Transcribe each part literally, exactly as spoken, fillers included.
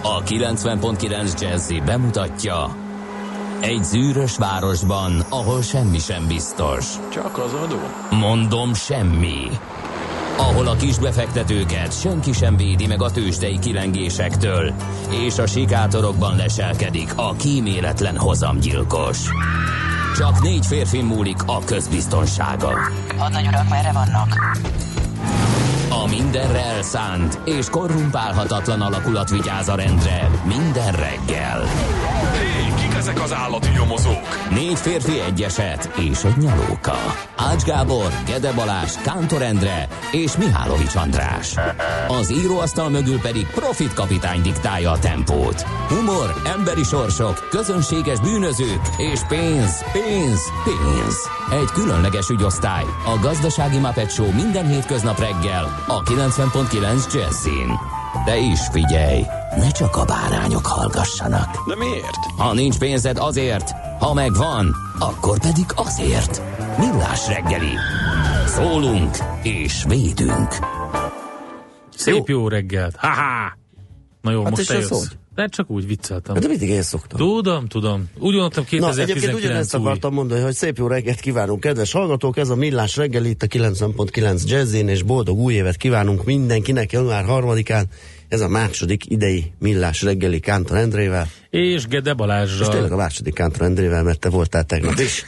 A kilencven pont kilenc Jazzy bemutatja: egy zűrös városban, ahol semmi sem biztos. Csak az adó? Mondom, semmi. Ahol a kisbefektetőket senki sem védi meg a tőzsdei kilengésektől, és a sikátorokban leselkedik a kíméletlen hozamgyilkos. Csak négy férfin múlik a közbiztonsága. Hadnagy urak, merre vannak? A mindenre elszánt és korrumpálhatatlan alakulat vigyáz a rendre minden reggel. Hé, kik ezek az állati nyomozók? Négy férfi, egy eset és egy nyalóka. Ács Gábor, Gede Balázs, Kántor Endre és Mihálovics András. Az íróasztal mögül pedig Profit kapitány diktálja a tempót. Humor, emberi sorsok, közönséges bűnözők és pénz, pénz, pénz. Egy különleges ügyosztály, a Gazdasági Muppet Show minden hétköznap reggel a kilencven pont kilenc Jazzyn. De is figyelj, ne csak a bárányok hallgassanak. De miért? Ha nincs pénzed, azért, ha megvan, akkor pedig azért. Millás reggeli. Szólunk és védünk. Szép jó, jó reggelt. Ha-ha! Na jó, hát most te jössz. De csak úgy vicceltem. De mindig én szoktam. Tudom, tudom. Úgy gondoltam kétezer-tizenkilenc Na, egyébként ugyanezt új. akartam mondani, hogy szép jó reggelt kívánunk, kedves hallgatók, ez a Millás reggeli itt a kilencven pont kilenc Jazzyn, és boldog új évet kívánunk mindenkinek január harmadikán. Ez a második idei Millás reggeli Kántor Endrével. És Gede Balázsral. És tényleg a második Kántor Endrével, mert te voltál tegnap is.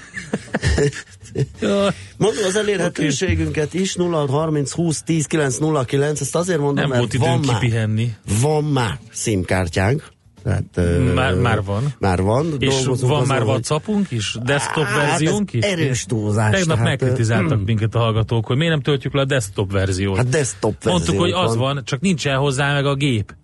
Mondom az elérhetőségünket is, nulla harminc húsz tíz kilenc nulla kilenc, ezt azért mondom, nem mert volt van már, kipihenni. van már SIM-kártyánk. Tehát, már, már van. Már van. És van azon, már hogy... WhatsAppunk is? Desktop hát verziónk is? Erős túlzás. Tegnap tehát, megkritizáltak hmm. minket a hallgatók, hogy miért nem töltjük le a desktop verziót. Hát desktop verzió. Mondtuk, hogy az van, csak nincsen hozzá meg a gép.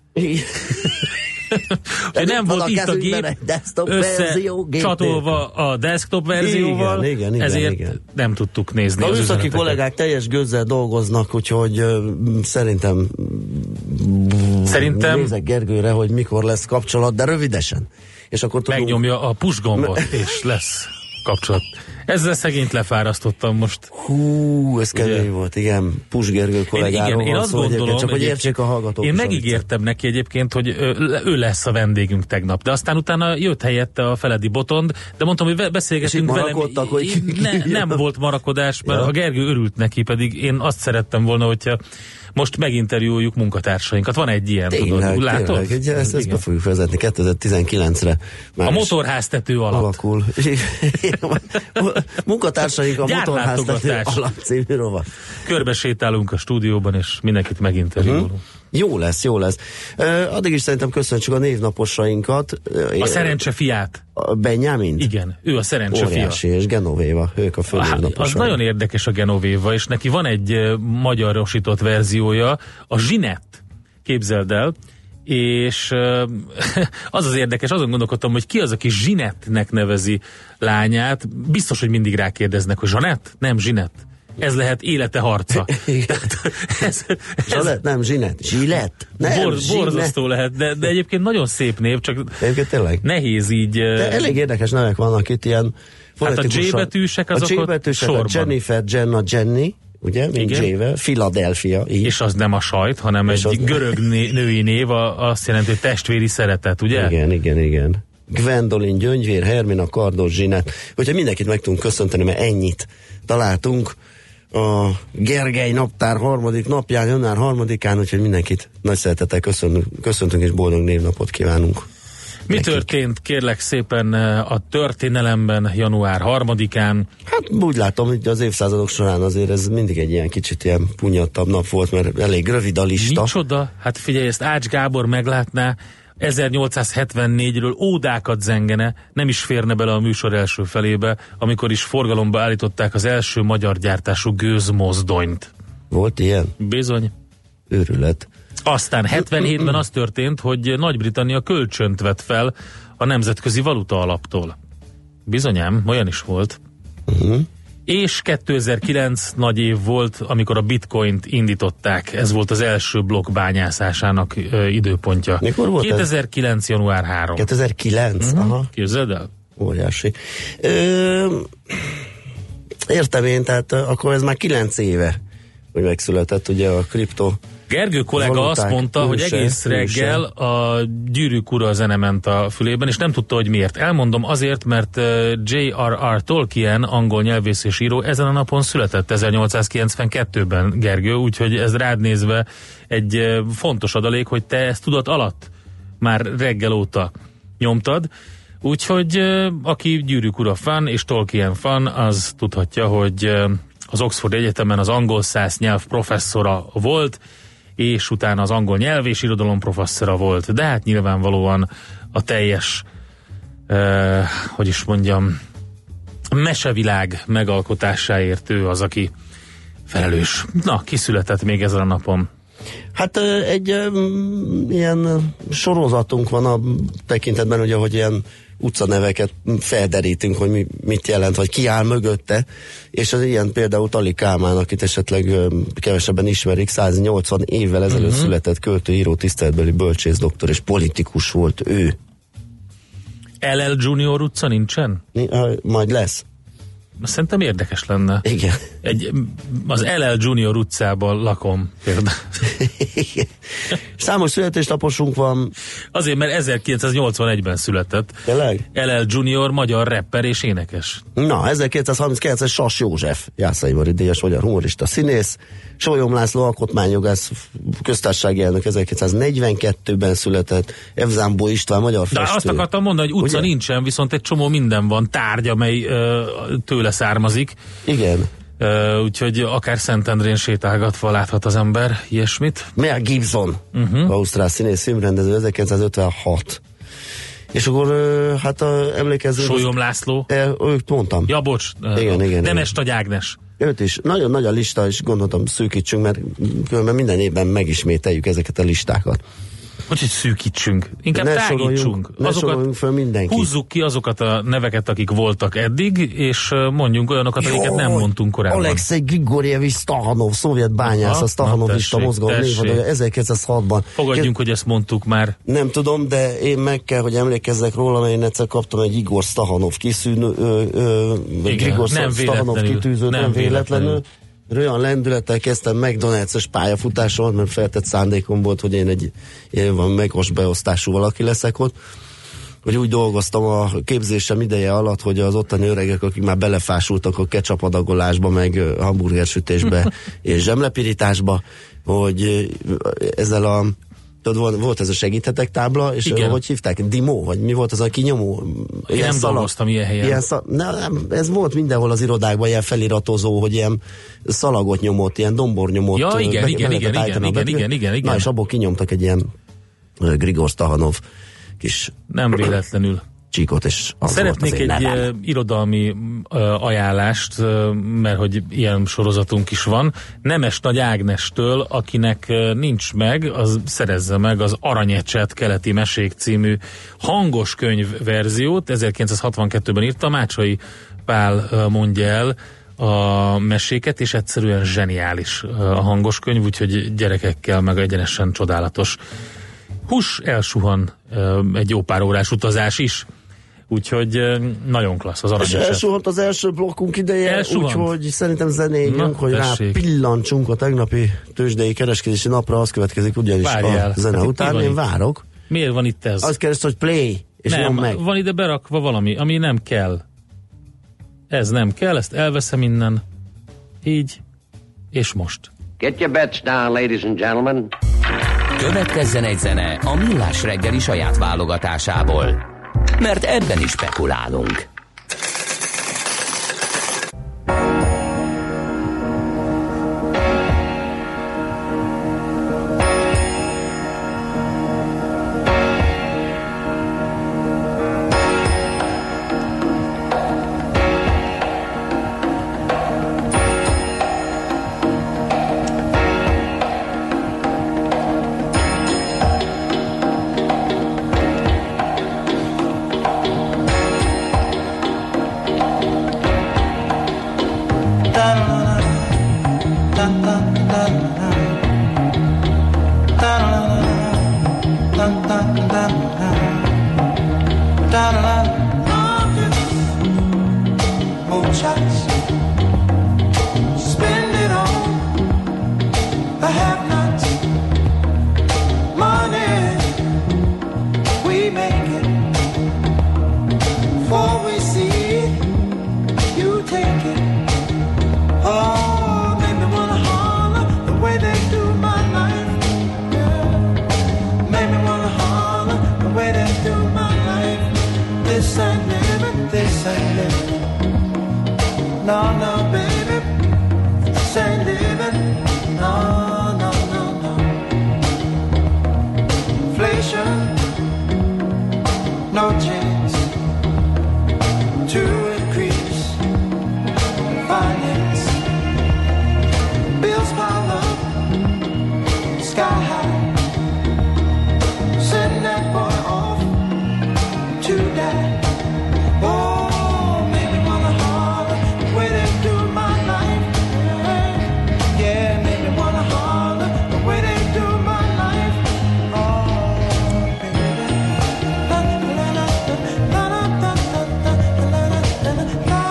Hogy nem volt itt a gép összecsatolva a desktop verzióval, igen, igen, igen, ezért igen. nem tudtuk nézni. A az műszaki üzeneteket. kollégák teljes gőzzel dolgoznak, úgyhogy uh, szerintem Szerintem nézek Gergőre, hogy mikor lesz kapcsolat, de rövidesen. És akkor tudunk... megnyomja a push gombot, és lesz kapcsolat. Ezzel szegényt lefárasztottam most. Hú, ez kemény volt, igen. Push Gergő kollégáról én, igen, én van azt szó, gondolom, csak hogy értsék a hallgatók. Én megígértem neki egyébként, hogy ő lesz a vendégünk tegnap, de aztán utána jött helyette a Feledi Botond, de mondtam, hogy beszélgetünk velem. hogy... Ne, nem volt marakodás, mert ja. A Gergő örült neki, pedig én azt szerettem volna, hogyha most meginterjúoljuk munkatársainkat. Van egy ilyen, tényleg, tudod, látod? Tényleg, ezt, ezt be fogjuk vezetni kétezer-tizenkilencre. Már a motorháztető alatt. Alakul. Munkatársaink a motorháztető alatt című rovat. Körbesétálunk a stúdióban, és mindenkit meginterjúolunk. Uh-huh. Jó lesz, jó lesz. Uh, addig is szerintem köszöntsük a névnaposainkat. A szerencse fiát. A Benjamin? Igen, ő a szerencse fia. Óriási, és Genovéva, ők a főnévnaposai. Az nagyon érdekes a Genovéva, és neki van egy uh, magyarosított verziója, a Zsinett, képzeld el, és uh, az az érdekes, azon gondolkodtam, hogy ki az, aki Zsinettnek nevezi lányát. Biztos, hogy mindig rákérdeznek, hogy Zsanett? Nem, Zsinett. Ez lehet élete harca. Tehát ez, ez Zsanett, nem, Zsinett. Zsilett? Nem, bor, borzasztó lehet, de, de egyébként nagyon szép név, csak nehéz így... De elég érdekes nevek vannak itt, ilyen hát a J-betűsek azok a J-betűsek, a Jennifer, Jenna, Jenny, ugye, mint J-vel, Philadelphia. Így. És az nem a sajt, hanem és egy görög né- női név, azt jelenti, hogy testvéri szeretet, ugye? Igen, igen, igen. Gwendolyn, Gyöngyvér, Hermina, Kardos, Zsinett. Hogyha mindenkit meg tudunk köszönteni, mert ennyit találtunk a Gergely naptár harmadik napján, január harmadikán, úgyhogy mindenkit nagy szeretettel köszöntünk, köszöntünk és boldog névnapot kívánunk. Mi nekik. Történt, kérlek szépen, a történelemben január harmadikán? Hát úgy látom, hogy az évszázadok során azért ez mindig egy ilyen kicsit ilyen punyattabb nap volt, mert elég rövid a lista. Micsoda? Hát figyelj, ezt Ács Gábor meglátná, ezernyolcszázhetvennégyről ódákat zengene, nem is férne bele a műsor első felébe, amikor is forgalomba állították az első magyar gyártású gőzmozdonyt. Volt ilyen? Bizony. Őrület. Aztán hetvenhétben az történt, hogy Nagy-Britannia kölcsönt vett fel a Nemzetközi Valuta Alaptól. Bizonyám, olyan is volt. Uh-huh. És kétezer-kilenc nagy év volt, amikor a bitcoint indították. Ez volt az első blokk bányászásának ö, időpontja. Mikor volt kétezer-kilenc. ez? január harmadika. kétezer-kilenc? Uh-huh. Aha. Képzeld el? Óriási. Ö, értem én, tehát akkor ez már kilenc éve, hogy megszületett ugye a kripto Gergő kollega Valuták azt mondta, őse, hogy egész őse. reggel a Gyűrűk ura zene ment a fülében, és nem tudta, hogy miért. Elmondom azért, mert J R R Tolkien, angol nyelvész és író, ezen a napon született ezernyolcszázkilencvenkettőben, Gergő, úgyhogy ez rád nézve egy fontos adalék, hogy te ezt tudat alatt már reggel óta nyomtad. Úgyhogy aki Gyűrűk ura fan és Tolkien fan, az tudhatja, hogy az Oxford Egyetemen az angol száz nyelv professzora volt, és utána az angol nyelv és irodalom professzora volt. De hát nyilvánvalóan a teljes, eh, hogy is mondjam, mesevilág megalkotásáért ő az, aki felelős. Na, ki született még ezen a napon? Hát egy um, ilyen sorozatunk van a tekintetben, ugye, hogy ilyen utcaneveket felderítünk, hogy mi, mit jelent, vagy ki áll mögötte, és az ilyen például Tali Kálmán, akit esetleg um, kevesebben ismerik, száznyolcvan évvel ezelőtt uh-huh. született költő, író, tiszteletbeli bölcsész doktor és politikus volt ő. el el Junior utca nincsen? Majd lesz. Szerintem érdekes lenne. Igen. Egy, az el el Junior utcában lakom például. Számos születésnaposunk van. Azért, mert ezerkilencszáznyolcvanegyben született. Tényleg? el el Junior, magyar rapper és énekes. Na, ezerkilencszázharminckilences Sas József, Jászai Mari díjas magyar humorista, színész. Sólyom László alkotmányjogász, köztársasági elnök ezerkilencszáznegyvenkettőben született. Evzámbó István, magyar festő. De azt akartam mondani, hogy utca ugye? Nincsen, viszont egy csomó minden van, tárgy, amely ö, tőle származik. Igen. Uh, úgyhogy akár Szentendrén sétálgatva láthat az ember ilyesmit. Mel Gibson, uh-huh. ausztrál színész, filmrendező, ezerkilencszázötvenhat. És akkor hát a, emlékezzünk... Sólyom László. E, őt mondtam. Ja, bocs. Igen, igen. Nemes Nagy Ágnes. Őt is. Nagyon nagy a lista, és gondoltam szűkítsünk, mert különben minden évben megismételjük ezeket a listákat. Hogy szűkítsünk, inkább ne tágítsunk. Ne soroljunk föl mindenkit. Húzzuk ki azokat a neveket, akik voltak eddig, és mondjunk olyanokat, Jó, akiket nem mondtunk korábban. Alexei Grigorjevics Stahanov, szovjet bányász, a Stahanovista mozgalom névadója ezerkilencszázhatban. Fogadjunk, Ke- hogy ezt mondtuk már. Nem tudom, de én meg kell, hogy emlékezzek róla, mert én egyszer kaptam egy Igor Stahanov kiszűnő, ö, ö, Grigor Stahanov kitűzőt, nem, nem véletlenül. véletlenül. Olyan lendülettel kezdtem McDonald's-es pályafutáson, mert feltett szándékom volt, hogy én egy ilyen van megos beosztású valaki leszek ott, hogy úgy dolgoztam a képzésem ideje alatt, hogy az ottani öregek, akik már belefásultak a ketchup adagolásba, meg hamburgersütésbe és zsemlepirításba, hogy ezzel a tudod, volt ez a segíthetek tábla, és igen. Hogy hívták? Dimo? Vagy mi volt az a kinyomó? Én nem szalag, dolgoztam ilyen helyen. Ilyen szal, nem, ez volt mindenhol az irodákban ilyen feliratozó, hogy ilyen szalagot nyomott, ilyen dombornyomott. Ja, igen, be, igen, igen, igen, igen, igen, igen, igen. Na, és abból kinyomtak egy ilyen uh, Grigor Stahanov kis... Nem véletlenül. Csíkot, és szeretnék egy nevem. irodalmi uh, ajánlást, uh, mert hogy ilyen sorozatunk is van. Nemes Nagy Ágnestől, akinek uh, nincs meg, az szerezze meg az Aranyecset keleti mesék című hangos könyv verziót. ezerkilencszázhatvankettőben írta, Mácsai Pál uh, mondja el a meséket, és egyszerűen zseniális uh, a hangos könyv, úgyhogy gyerekekkel meg egyenesen csodálatos. Hús elsuhan uh, egy jó pár órás utazás is. Úgyhogy nagyon klassz az Aranyecset. És elsuhant az első blokkunk ideje, úgyhogy szerintem zenéljünk, hogy tessék. Rá pillancsunk a tegnapi tőzsdei kereskedési napra, az következik ugyanis Várjál. A zene hát után. Én várok. Miért van itt ez? Azt keresd, hogy play, és nem, meg. Van ide berakva valami, ami nem kell. Ez nem kell, ezt elveszem innen. Így, és most. Get your bets down, ladies and gentlemen. Következzen egy zene a Millás reggeli saját válogatásából. Mert ebben is spekulálunk. no chance to increase finance. Bills pile up, sky high. Send that boy off to die. Oh, maybe wanna holler the way they do my life. Yeah, maybe wanna holler the way they do my life. Oh, baby. La la la la la la la la la la la.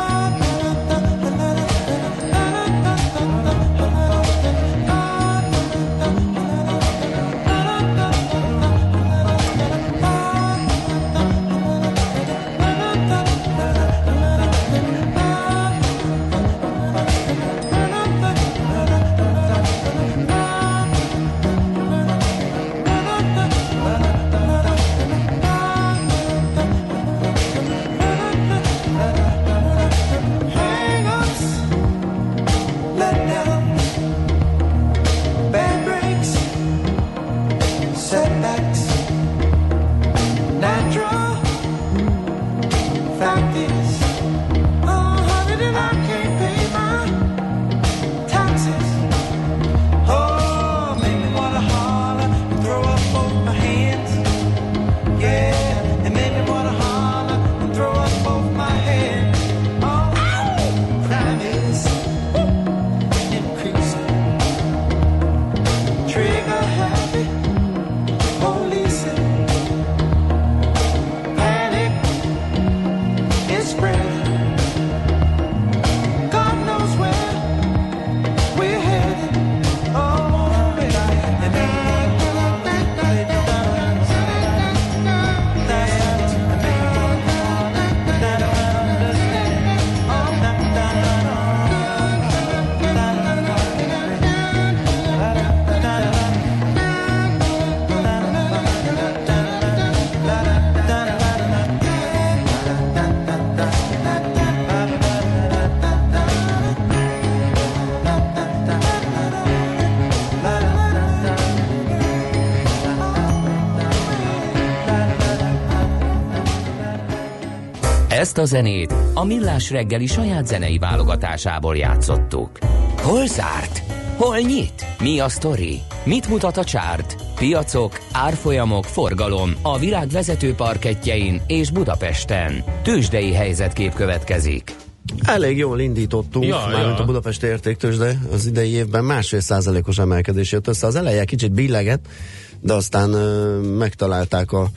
Ezt a zenét a Millás reggeli saját zenei válogatásából játszottuk. Hol zárt? Hol nyit? Mi a sztori? Mit mutat a csárt? Piacok, árfolyamok, forgalom a világ vezető parkettjein és Budapesten. Tőzsdei helyzetkép következik. Elég jól indítottunk, ja, mármint ja. a Budapesti Értéktőzsde az idei évben másfél százalékos emelkedés jött össze. Az eleje kicsit billegett, de aztán ö, megtalálták a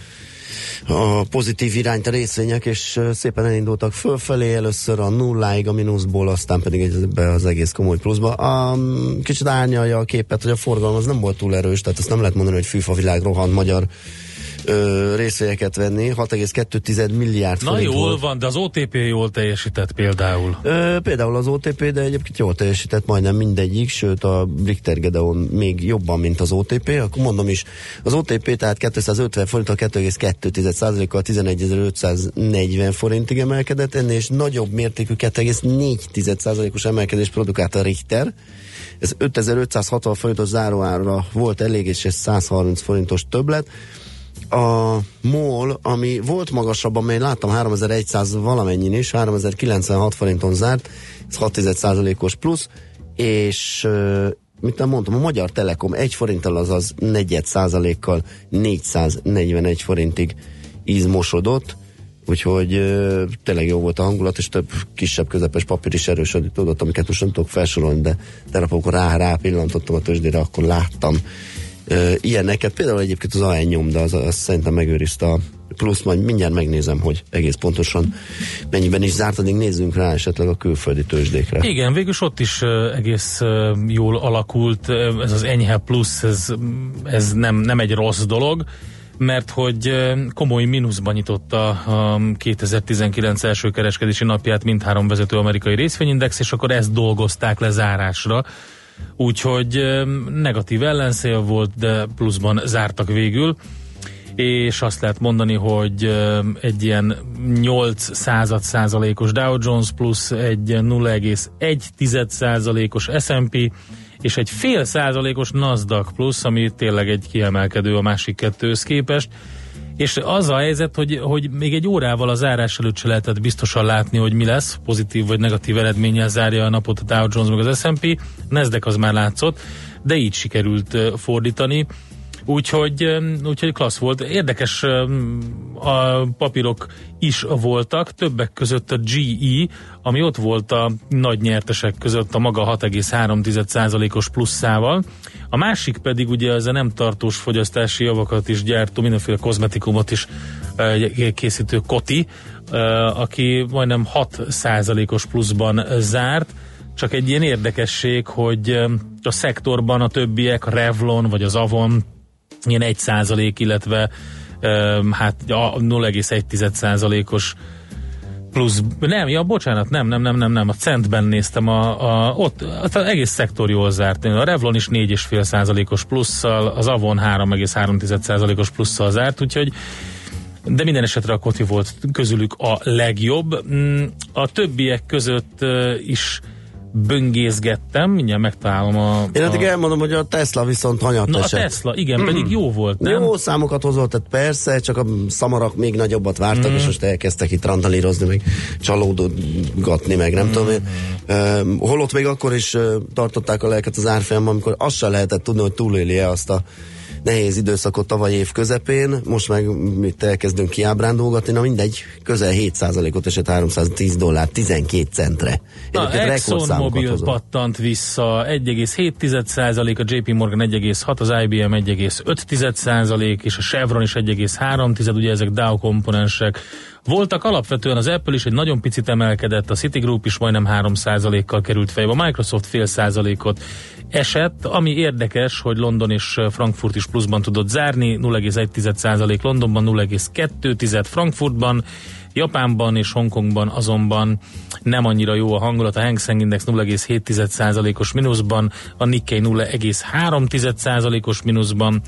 a pozitív irányt a részvények, és szépen elindultak fölfelé, először a nulláig a mínuszból, aztán pedig egybe az egész komoly pluszba. A, kicsit árnyalja a képet, hogy a forgalom az nem volt túl erős, tehát azt nem lehet mondani, hogy fűfavilág rohant magyar ö, részvényeket venni. hat egész kettő milliárd Na forint jól volt. van, de az o té pé jól teljesített például. Ö, például az o té pé, de egyébként jól teljesített majdnem mindegyik, sőt a Richter Gedeon még jobban, mint az o té pé. Akkor mondom is, az o té pé tehát kétszázötven forinttal kettő egész kettő százalékkal tizenegyezer-ötszáznegyven forintig emelkedett, ennél is nagyobb mértékű kettő egész négy százalékos emelkedés produkált a Richter. Ez ötezer-ötszázhatvan forintos záróárra volt elég, és ez száz harminc forintos többlet. A MOL, ami volt magasabb, amely láttam háromezer-száz valamennyin is, háromezer-kilencvenhat forinton zárt, ez hat százalékos plusz, és mit nem mondtam, a Magyar Telekom egy forinttal, azaz negyed százalékkal négyszáznegyvenegy forintig izmosodott, úgyhogy ö, tényleg jó volt a hangulat, és több kisebb, közepes papír is erősödött, tudott, amiket most nem tudok felsorolni, de tegnap, amikor rá, rá pillantottam a tőzsdére, akkor láttam ö, ilyeneket. Például egyébként az á en nyomda, az, az szerintem megőrizte a plusz, majd mindjárt megnézem, hogy egész pontosan mennyiben is zárt, addig nézzünk rá esetleg a külföldi tőzsdékre. Igen, végülis ott is uh, egész uh, jól alakult, uh, ez az enyhe plusz, ez, ez nem, nem egy rossz dolog, mert hogy uh, komoly mínuszban nyitotta a kétezer-tizenkilenc első kereskedési napját mindhárom vezető amerikai részvényindex, és akkor ezt dolgozták le zárásra. Úgyhogy uh, negatív ellenszél volt, de pluszban zártak végül, és azt lehet mondani, hogy egy ilyen nyolc század százalékos Dow Jones plusz, egy nulla egész egy százalékos es and pé és egy fél százalékos Nasdaq plusz, ami tényleg egy kiemelkedő a másik kettőhöz képest, És az a helyzet, hogy, hogy még egy órával az zárás előtt se lehetett biztosan látni, hogy mi lesz, pozitív vagy negatív eredménnyel zárja a napot a Dow Jones meg az es and pé, Nasdaq az már látszott, de így sikerült fordítani. Úgyhogy, úgyhogy klassz volt. Érdekes a papírok is voltak, többek között a gé é, ami ott volt a nagy nyertesek között a maga hat egész három százalékos pluszával. A másik pedig ugye ez a nem tartós fogyasztási javakat is gyártó, mindenféle kozmetikumot is készítő Coty, aki majdnem hat százalékos pluszban zárt. Csak egy ilyen érdekesség, hogy a szektorban a többiek, a Revlon vagy az Avon ilyen egy százalék, illetve um, hát a nulla egész egy százalékos plusz, nem, ja, bocsánat, nem, nem, nem, nem, nem, a Centben néztem, a, a, ott az egész szektor jól zárt. A Revlon is négy egész öt százalékos plusszal, az Avon három egész három százalékos plusszal zárt, úgyhogy de minden esetre a Coty volt közülük a legjobb. A többiek között is böngészgettem, mindjárt megtalálom a... Én addig a... elmondom, hogy a Tesla viszont hanyat Na esett. a Tesla, igen, mm. pedig jó volt, nem? Jó számokat hozott, tehát persze, csak a szamarak még nagyobbat vártak, mm. és most elkezdtek itt randalírozni, meg csalódogatni, meg nem mm. tudom én. Uh, holott még akkor is uh, tartották a lelket az árfolyamban, amikor azt sem lehetett tudni, hogy túléli-e azt a nehéz időszakot tavaly év közepén, most meg itt elkezdünk kiábrándolgatni, na mindegy, közel hét százalékot esett háromszáztíz dollár, tizenkét centre. Na, ExxonMobil pattant vissza, egy egész hét százalék, a jé pé Morgan egy egész hat, az i bé em egy egész öt százalék, és a Chevron is egy egész három, ugye ezek Dow komponensek. Voltak alapvetően az Apple is egy nagyon picit emelkedett, a Citigroup is majdnem három százalékkal került fejbe, a Microsoft fél százalékot esett, ami érdekes, hogy London és Frankfurt is pluszban tudott zárni, nulla egész egy százalék Londonban, nulla egész kettő Frankfurtban, Japánban és Hongkongban azonban nem annyira jó a hangulat, a Hang Seng Index nulla egész hét százalékos mínuszban, a Nikkei nulla egész három százalékos mínuszban,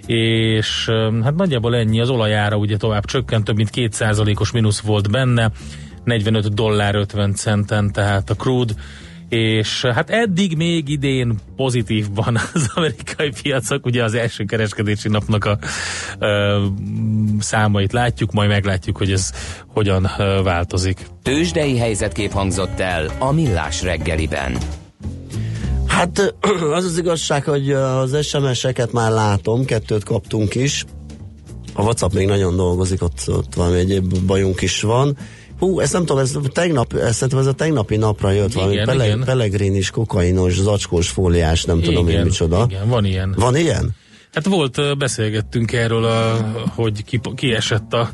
és hát nagyjából ennyi, az olajára ugye tovább csökkent, több mint két százalékos mínusz volt benne, negyvenöt dollár ötven centen, tehát a crude, és hát eddig még idén pozitívban az amerikai piacok, ugye az első kereskedési napnak a ö, számait látjuk, majd meglátjuk, hogy ez hogyan ö, változik. Tőzsdei helyzetkép hangzott el a Millás reggeliben. Hát az az igazság, hogy az es em es-eket már látom, kettőt kaptunk is. A WhatsApp még nagyon dolgozik, ott, ott valami egyéb bajunk is van. Hú, ezt nem tudom, ez tegnap, ezt szerintem ez a tegnapi napra jött valami igen, pele, igen. pelegrinis, kokainos, zacskós fóliás, nem igen, tudom én micsoda. Igen, van ilyen. Van ilyen? Hát volt, beszélgettünk erről, a, hogy ki, ki esett a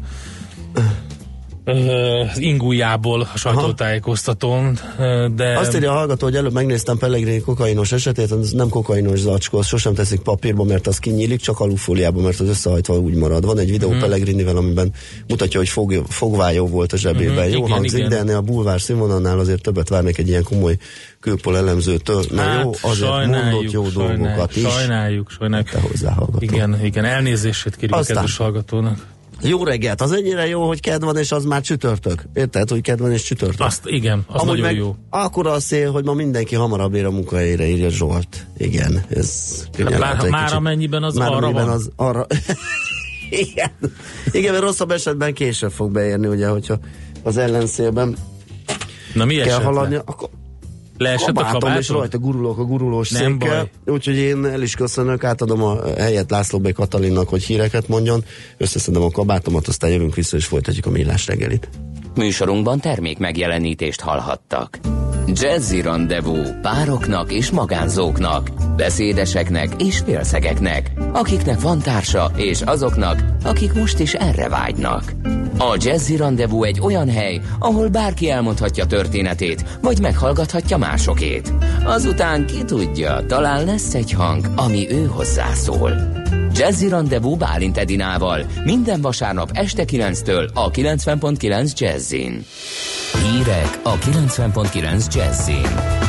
az ingújából a sajtótájékoztatón, de... Azt írja a hallgató, hogy előbb megnéztem Pellegrini kokainos esetét, az nem kokainos zacskó, sosem teszik papírba, mert az kinyílik, csak alufóliába, mert az összehajtva úgy marad. Van egy videó hmm. Pellegrinivel, amiben mutatja, hogy fog, fogvályó volt a zsebében. Hmm, Jó igen, hangzik, igen. De ennél a bulvár színvonalnál azért többet várnék egy ilyen komoly külpol elemzőtől. Na hát, jó, azért mondott jó sajnáljuk, dolgokat is. Sajnáljuk, sajnáljuk. Te hozzá hallgató. Igen, igen, elnézését kérjük Aztán. a kedves hallgatónak. Jó reggelt, az ennyire jó, hogy kedv van, és az már csütörtök. Érted, hogy kedv van, és csütörtök? Azt, igen, az Amúgy nagyon meg jó. Akkor az szél, hogy ma mindenki hamarabb ér a munkahelyére, írja Zsolt. Igen, ez... Hát már, már amennyiben az már arra van. Az arra... igen. Igen, mert rosszabb esetben később fog beérni, ugye, hogyha az ellenszélben Na mi kell haladni, akkor leesett a kabátom, és rajta gurulok a gurulós nem székkel, úgyhogy én el is köszönök, átadom a helyet László B. Katalinnak, hogy híreket mondjon, összeszedem a kabátomat, aztán jövünk vissza, és folytatjuk a Millás reggelit. Műsorunkban termék megjelenítést hallhattak. Jazzy Rendezvú pároknak és magánzóknak, beszédeseknek és félszegeknek, akiknek van társa, és azoknak, akik most is erre vágynak. A Jazzy Rendezvú egy olyan hely, ahol bárki elmondhatja történetét, vagy meghallgathatja másokét. Azután ki tudja, talán lesz egy hang, ami ő hozzászól. Jazzy Rendezvú Bálint Edinával minden vasárnap este kilenctől a kilencven pont kilenc Jazzin. Hírek a kilencven pont kilenc Jazzin.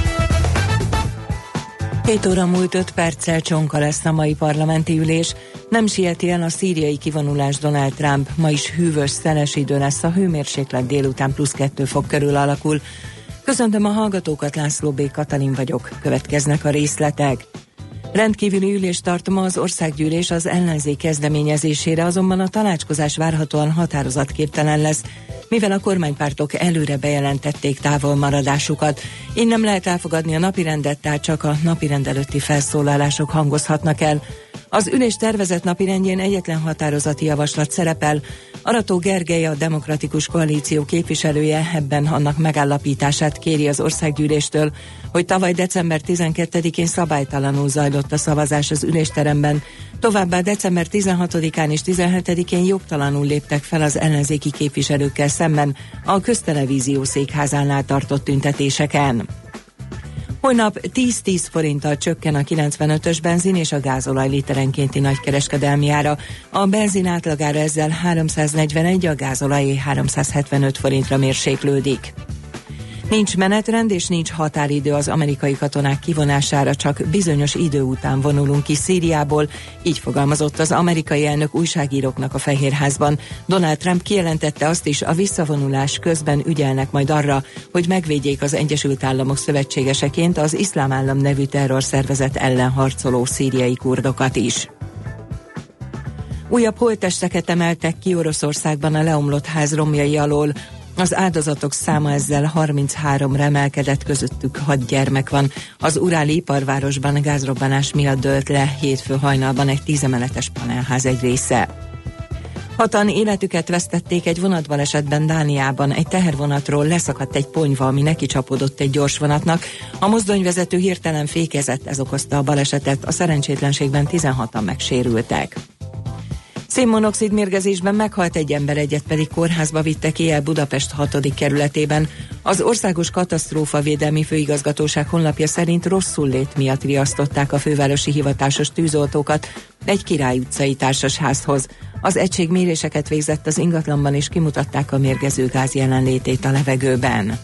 hét óra múlt öt perccel csonka lesz a mai parlamenti ülés. Nem sieti el a szíriai kivonulás Donald Trump. Ma is hűvös, szeles idő lesz, a hőmérséklet délután plusz kettő fok körül alakul. Köszöntöm a hallgatókat, László B. Katalin vagyok. Következnek a részletek. Rendkívüli ülést tart ma az országgyűlés az ellenzék kezdeményezésére, azonban a tanácskozás várhatóan határozatképtelen lesz, mivel a kormánypártok előre bejelentették távolmaradásukat. Így nem lehet elfogadni a napirendet, tehát csak a napirend előtti felszólalások hangozhatnak el. Az ülés tervezett napirendjén egyetlen határozati javaslat szerepel. Arató Gergely, a Demokratikus Koalíció képviselője ebben annak megállapítását kéri az országgyűléstől, hogy tavaly december tizenkettedikén szabálytalanul zajlott a szavazás az ülésteremben, továbbá december tizenhatodikán és tizenhetedikén jogtalanul léptek fel az ellenzéki képviselőkkel szemben a Köztelevízió székházánál tartott tüntetéseken. Holnap tíz-tíz forinttal csökken a kilencvenötös benzin és a gázolaj literenkénti nagykereskedelmi ára. A benzin átlagára ezzel háromszáznegyvenegy, a gázolajé háromszázhetvenöt forintra mérséklődik. Nincs menetrend és nincs határidő az amerikai katonák kivonására, csak bizonyos idő után vonulunk ki Szíriából, így fogalmazott az amerikai elnök újságíróknak a Fehérházban. Donald Trump kijelentette azt is, a visszavonulás közben ügyelnek majd arra, hogy megvédjék az Egyesült Államok szövetségeseként az Iszlám Állam nevű terrorszervezet ellen harcoló szíriai kurdokat is. Újabb holttesteket emeltek ki Oroszországban a leomlott ház romjai alól. Az áldozatok száma ezzel harminchárom emelkedett, közöttük hat gyermek van. Az uráli iparvárosban gázrobbanás miatt dőlt le hétfő hajnalban egy tízemeletes panelház egy része. Hatan életüket vesztették egy vonatbalesetben Dániában. Egy tehervonatról leszakadt egy ponyva, ami neki csapódott egy gyorsvonatnak. A mozdonyvezető hirtelen fékezett, ez okozta a balesetet, a szerencsétlenségben tizenhatan megsérültek. Szénmonoxid mérgezésben meghalt egy ember, egyet pedig kórházba vittek éjjel Budapest hatodik kerületében. Az Országos Katasztrófavédelmi Főigazgatóság honlapja szerint rosszul lét miatt riasztották a fővárosi hivatásos tűzoltókat egy Király utcai társasházhoz. Az egység méréseket végzett az ingatlanban és kimutatták a mérgező gáz jelenlétét a levegőben.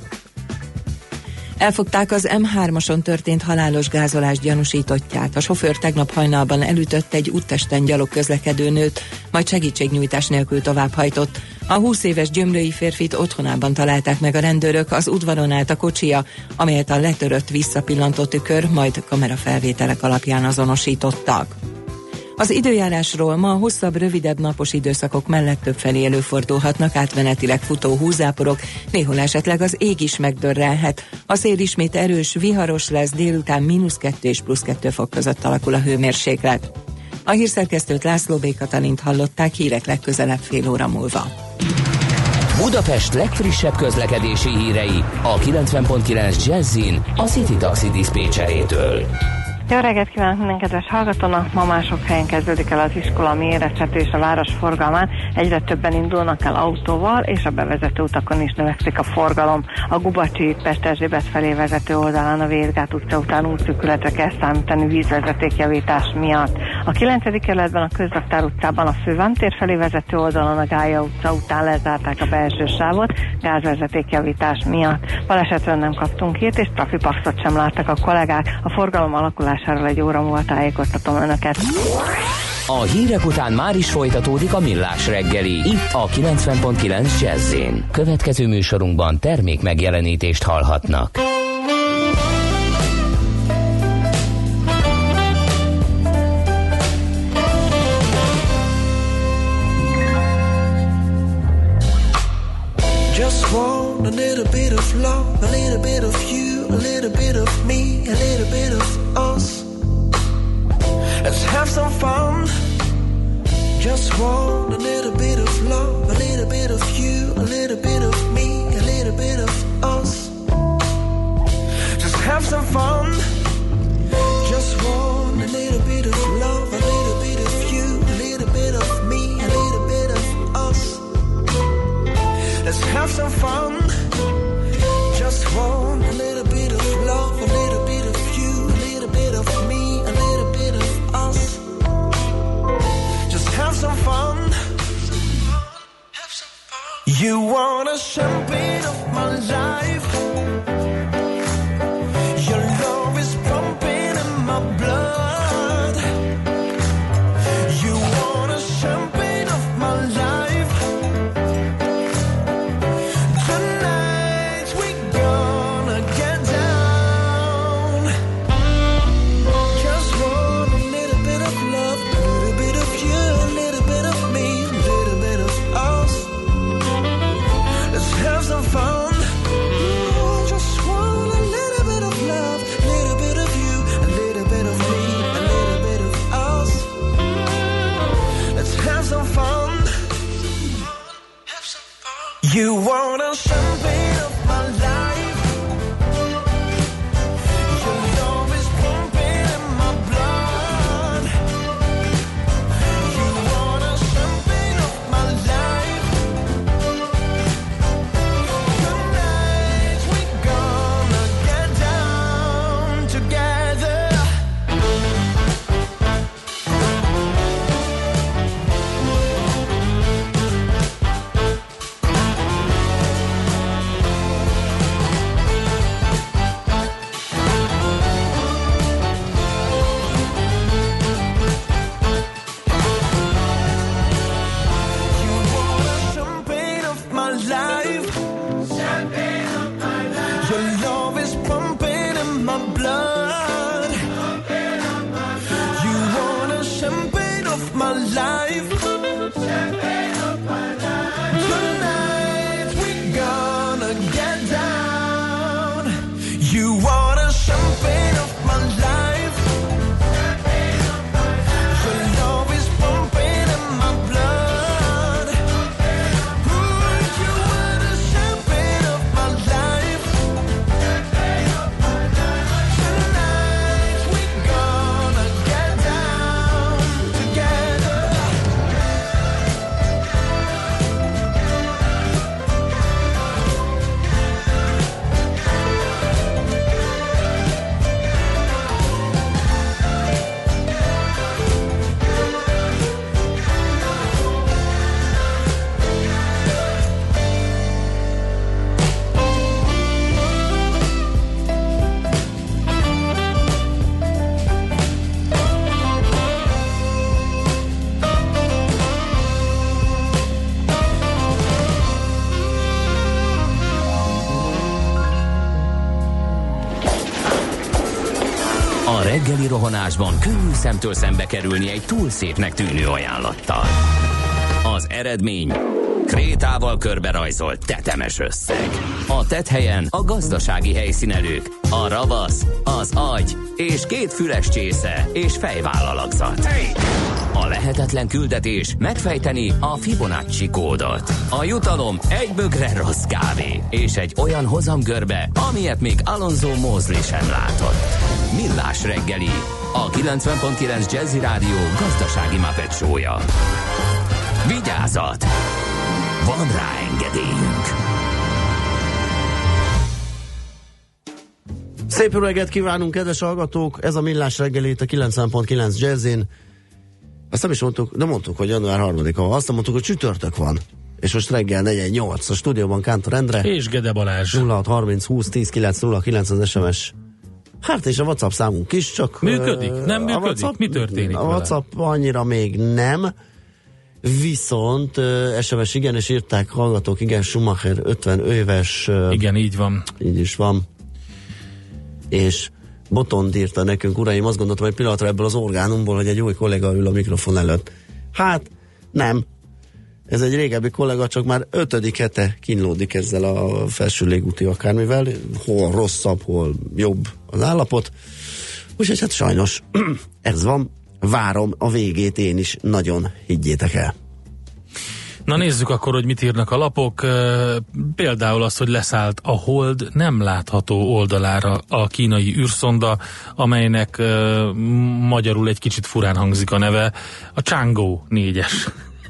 Elfogták az em hármason történt halálos gázolás gyanúsítottját. A sofőr tegnap hajnalban elütött egy úttesten gyalog közlekedő nőt, majd segítségnyújtás nélkül továbbhajtott. A húsz éves gyömrői férfit otthonában találták meg a rendőrök, az udvaron állt a kocsia, amelyet a letörött visszapillantó tükör, majd kamerafelvételek alapján azonosítottak. Az időjárásról: ma hosszabb, rövidebb napos időszakok mellett többfelé előfordulhatnak átmenetileg futó húzáporok, néhol esetleg az ég is megdörrelhet. A szél ismét erős, viharos lesz, délután mínusz kettő és plusz kettő fok között alakul a hőmérséklet. A hírszerkesztőt, László B. Katalint hallották, hírek legközelebb fél óra múlva. Budapest legfrissebb közlekedési hírei a kilencven pont kilenc Jazzin a City Taxi diszpécserétől. Jó reggelt kívánok minden kedves hallgatónak! Ma mások helyen kezdődik el az iskola, ami érezhető, és a város forgalmán egyre többen indulnak el autóval, és a bevezető utakon is növekszik a forgalom. A Gubacsi Pest Erzsébet felé vezető oldalán a Vérgát utca után útszűkületre kell számítani vízvezetékjavítás miatt. A kilencedik kerületben a Közraktár utcában a Fővámtér felé vezető oldalon a Gálya utca után lezárták a belső sávot gázvezetékjavítás miatt. Balesetről nem kaptunk hírt, és trafipaxot sem láttak a kollégák. A forgalom alakulásáról egy óra múlva tájékoztatom önöket. A hírek után már is folytatódik a Millás reggeli, itt a kilencven pont kilenc Jazz-én. Következő műsorunkban termék megjelenítést hallhatnak. Just want a little bit of love, a little bit of you, a little bit of me, a little bit of us. Let's have some fun. Just want a little bit of love, a little bit of you, a little bit of me, a little bit of us. Just have some fun. Just want a little bit of love, a little bit of you, a little bit of me, a little bit of us. Let's have some fun. Just want a little bit of love, a little bit of you, a little bit of me, a little bit of us. Just have some fun. You want a champagne of my life. Your love is pumping in my blood. You want a champagne of my life. Tonight we gonna get down. Just want You want a champagne of my life. Your love is pumping in my blood. You want a champagne of my life. Tonight we gonna get down together. A reggeli rohanásban könnyű szemtől szembe kerülni egy túl szépnek tűnő ajánlattal. Az eredmény krétával körberajzolt tetemes összeg. A tetthelyen a gazdasági helyszínelők, a ravasz, az agy és két füles csésze és fejvállalakzat. A lehetetlen küldetés megfejteni a Fibonacci kódot. A jutalom egy bögre rossz kávé és egy olyan hozamgörbe, amilyet még Alonso Mosley sem látott. Millás reggeli, a kilencven pont kilenc Jazzy Rádió gazdasági Muppet show-ja. Vigyázat! Van rá engedélyünk! Szép reggelt kívánunk, kedves hallgatók! Ez a Millás reggeli itt a kilencven pont kilenc Jazzin. Azt nem is mondtuk, de mondtuk, hogy január harmadika. Azt nem mondtuk, hogy csütörtök van. És most reggel negyvennyolc. A stúdióban Kántor Endre. És Gede Balázs. nulla hat harminc húsz tíz kilenc nulla kilenc az es em es. Hát és a WhatsApp számunk is, csak... Működik? Nem működik? WhatsApp, Mi történik A WhatsApp vele? Annyira még nem. Viszont uh, es em es igen, és írták hallgatók, igen, Schumacher ötven éves. Uh, igen, így van. Így is van. És Botond írta nekünk, uraim, azt gondoltam egy pillanatra ebből az orgánumból, hogy egy új kolléga ül a mikrofon előtt. Hát, nem. Ez egy régebbi kollega, csak már ötödik hete kínlódik ezzel a felső légúti akármivel. Hol rosszabb, hol jobb az állapot. Úgyhogy hát sajnos ez van. Várom a végét én is, nagyon higgyétek el. Na nézzük akkor, hogy mit írnak a lapok. Például az, hogy leszállt a Hold nem látható oldalára a kínai űrszonda, amelynek uh, magyarul egy kicsit furán hangzik a neve, a Chang'e négyes.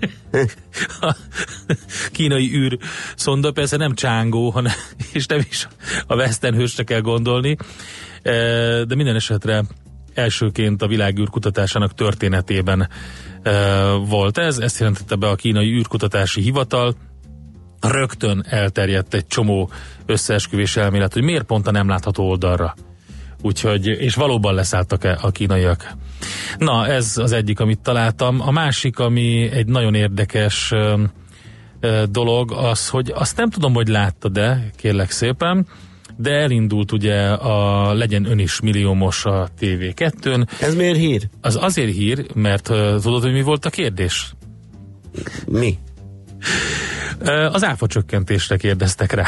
A kínai űrszonda persze nem Chang'e, hanem, és nem is a Western hősre kell gondolni, de minden esetre elsőként a világ űrkutatásának történetében uh, volt ez, ezt jelentette be a kínai űrkutatási hivatal. Rögtön elterjedt egy csomó összeesküvés elmélet, hogy miért pont a nem látható oldalra. Úgyhogy, és valóban leszálltak-e a kínaiak. Na, ez az egyik, amit találtam. A másik, ami egy nagyon érdekes uh, uh, dolog, az, hogy azt nem tudom, hogy láttad, de kérlek szépen, de elindult ugye a Legyen ön is milliómos a té vé kettőn. Ez miért hír? Az azért hír, mert uh, tudod, hogy mi volt a kérdés? Mi? Uh, az áfa csökkentésre kérdeztek rá.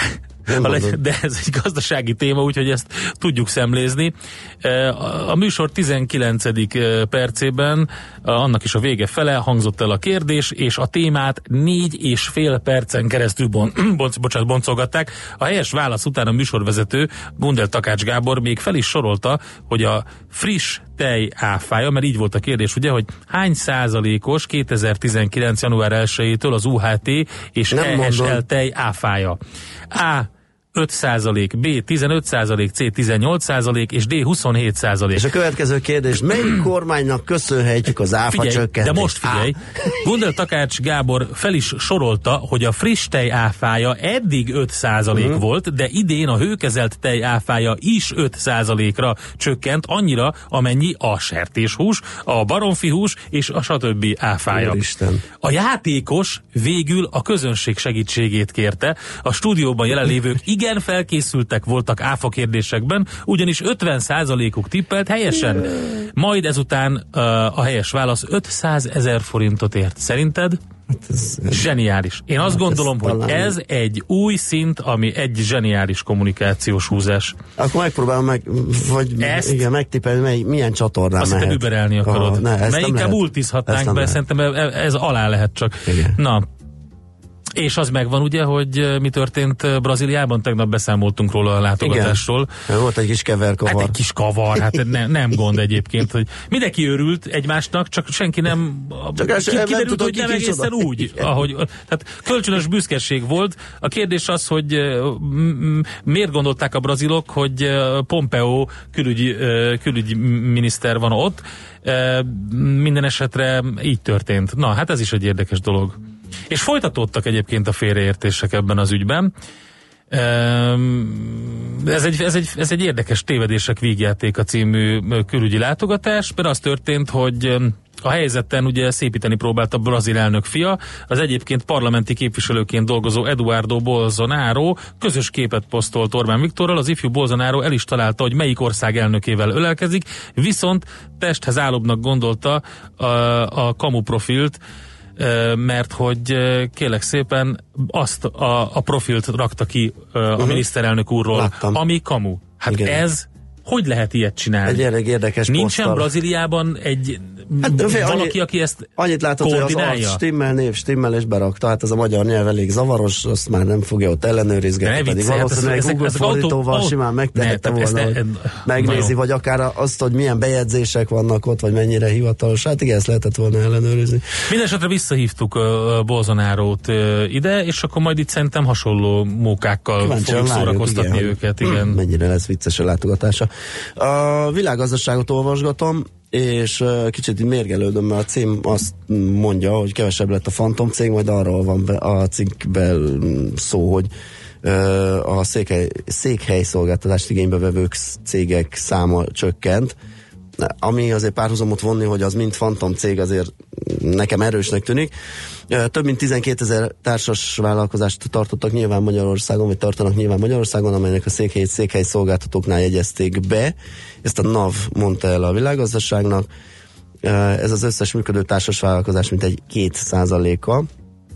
De ez egy gazdasági téma, úgyhogy ezt tudjuk szemlézni. A műsor tizenkilencedik percében, annak is a vége fele hangzott el a kérdés, és a témát négy és fél percen keresztül bon, bonc, bocsánat, boncolgatták. A helyes válasz után a műsorvezető Gundel Takács Gábor még fel is sorolta, hogy a friss tej áfája, mert így volt a kérdés, ugye, hogy hány százalékos kétezer-tizenkilenc. január elsejétől az u há té és e es el tej áfája? A. öt százalék, B. tizenöt százalék, C. tizennyolc százalék és D. huszonhét százalék. És a következő kérdés, melyik kormánynak köszönhetjük az áfa csökkentést? De most figyelj, Gundel Takács Gábor fel is sorolta, hogy a friss tej áfája eddig öt százalék uh-huh. volt, de idén a hőkezelt tej áfája is öt százalékra csökkent, annyira, amennyi a sertéshús, a baromfihús és a stb. Áfája. Úristen. A játékos végül a közönség segítségét kérte, a stúdióban jelenlévők igen felkészültek voltak áfa kérdésekben, ugyanis ötven százalékuk tippelt helyesen. Majd ezután uh, a helyes válasz ötszázezer forintot ért. Szerinted? Hát ez, ez, zseniális. Én azt hát gondolom, hogy talán... ez egy új szint, ami egy zseniális kommunikációs húzás. Akkor megpróbálom meg, vagy ezt, igen, megtippelni, mely, milyen csatornán azt mehet. Azt überelni akarod. Oh, ne, mert inkább ultizhatnánk be, szerintem ez alá lehet csak. Igen. Na, és az megvan ugye, hogy mi történt Brazíliában, tegnap beszámoltunk róla a látogatásról. Igen. Volt egy kis keverkavar. Hát egy kis kavar, hát ne, nem gond egyébként, hogy mindenki örült egymásnak, csak senki nem csak ki, kiderült, nem tudom, hogy nem egészen oda. Úgy, ahogy, tehát kölcsönös büszkeség volt. A kérdés az, hogy miért gondolták a brazilok, hogy Pompeo külügyi, külügyi miniszter van ott. Minden esetre így történt. Na, hát ez is egy érdekes dolog. És folytatódtak egyébként a félreértések ebben az ügyben. Ez egy, ez egy, ez egy érdekes tévedések vígjátéka című külügyi látogatás, mert az történt, hogy a helyzeten ugye szépíteni próbált a brazil elnök fia, az egyébként parlamenti képviselőként dolgozó Eduardo Bolsonaro közös képet posztolt Orbán Viktorral, az ifjú Bolsonaro el is találta, hogy melyik ország elnökével ölelkezik, viszont testhez állóbbnak gondolta a, a kamu profilt, mert hogy kérlek szépen azt a, a profilt rakta ki a uh-huh. miniszterelnök úrról, Láttam. ami kamu. Hát igen. Ez, hogy lehet ilyet csinálni? Egy érdekes Nincsen posztal. Brazíliában egy hát, valaki, annyi, aki ezt annyit látod, koordinálja? Hogy az arc stimmel, név stimmel és berakta. Hát ez a magyar nyelv elég zavaros, azt már nem fogja ott ellenőrizgetni, pedig vicce, valószínűleg hát ez, Google fordítóval autó, simán megtehette ne, volna, hogy megnézi, vagy akár azt, hogy milyen bejegyzések vannak ott, vagy mennyire hivatalos. Hát igen, ezt lehetett volna ellenőrizni. Mindenesetre visszahívtuk uh, Bolsonarót uh, ide, és akkor majd itt szerintem hasonló mókákkal Kíváncsian fogjuk szórakoztatni igen, őket. Igen. Mennyire lesz vicces a látogatása. A világgazdaságot olvasgatom, és uh, kicsit mérgelődöm, mert a cím azt mondja, hogy kevesebb lett a fantomcég, majd arról van be, a cikkben szó, hogy uh, a székhely, székhely szolgáltatást igénybe vevők cégek száma csökkent, ami azért párhuzamot vonni, hogy az mind fantomcég, azért nekem erősnek tűnik. Több mint tizenkétezer társas vállalkozást tartottak nyilván Magyarországon, vagy tartanak nyilván Magyarországon, amelynek a székhelyét székhely szolgáltatóknál jegyezték be. Ezt a NAV mondta el a világgazdaságnak. Ez az összes működő társas vállalkozás mint egy két százaléka.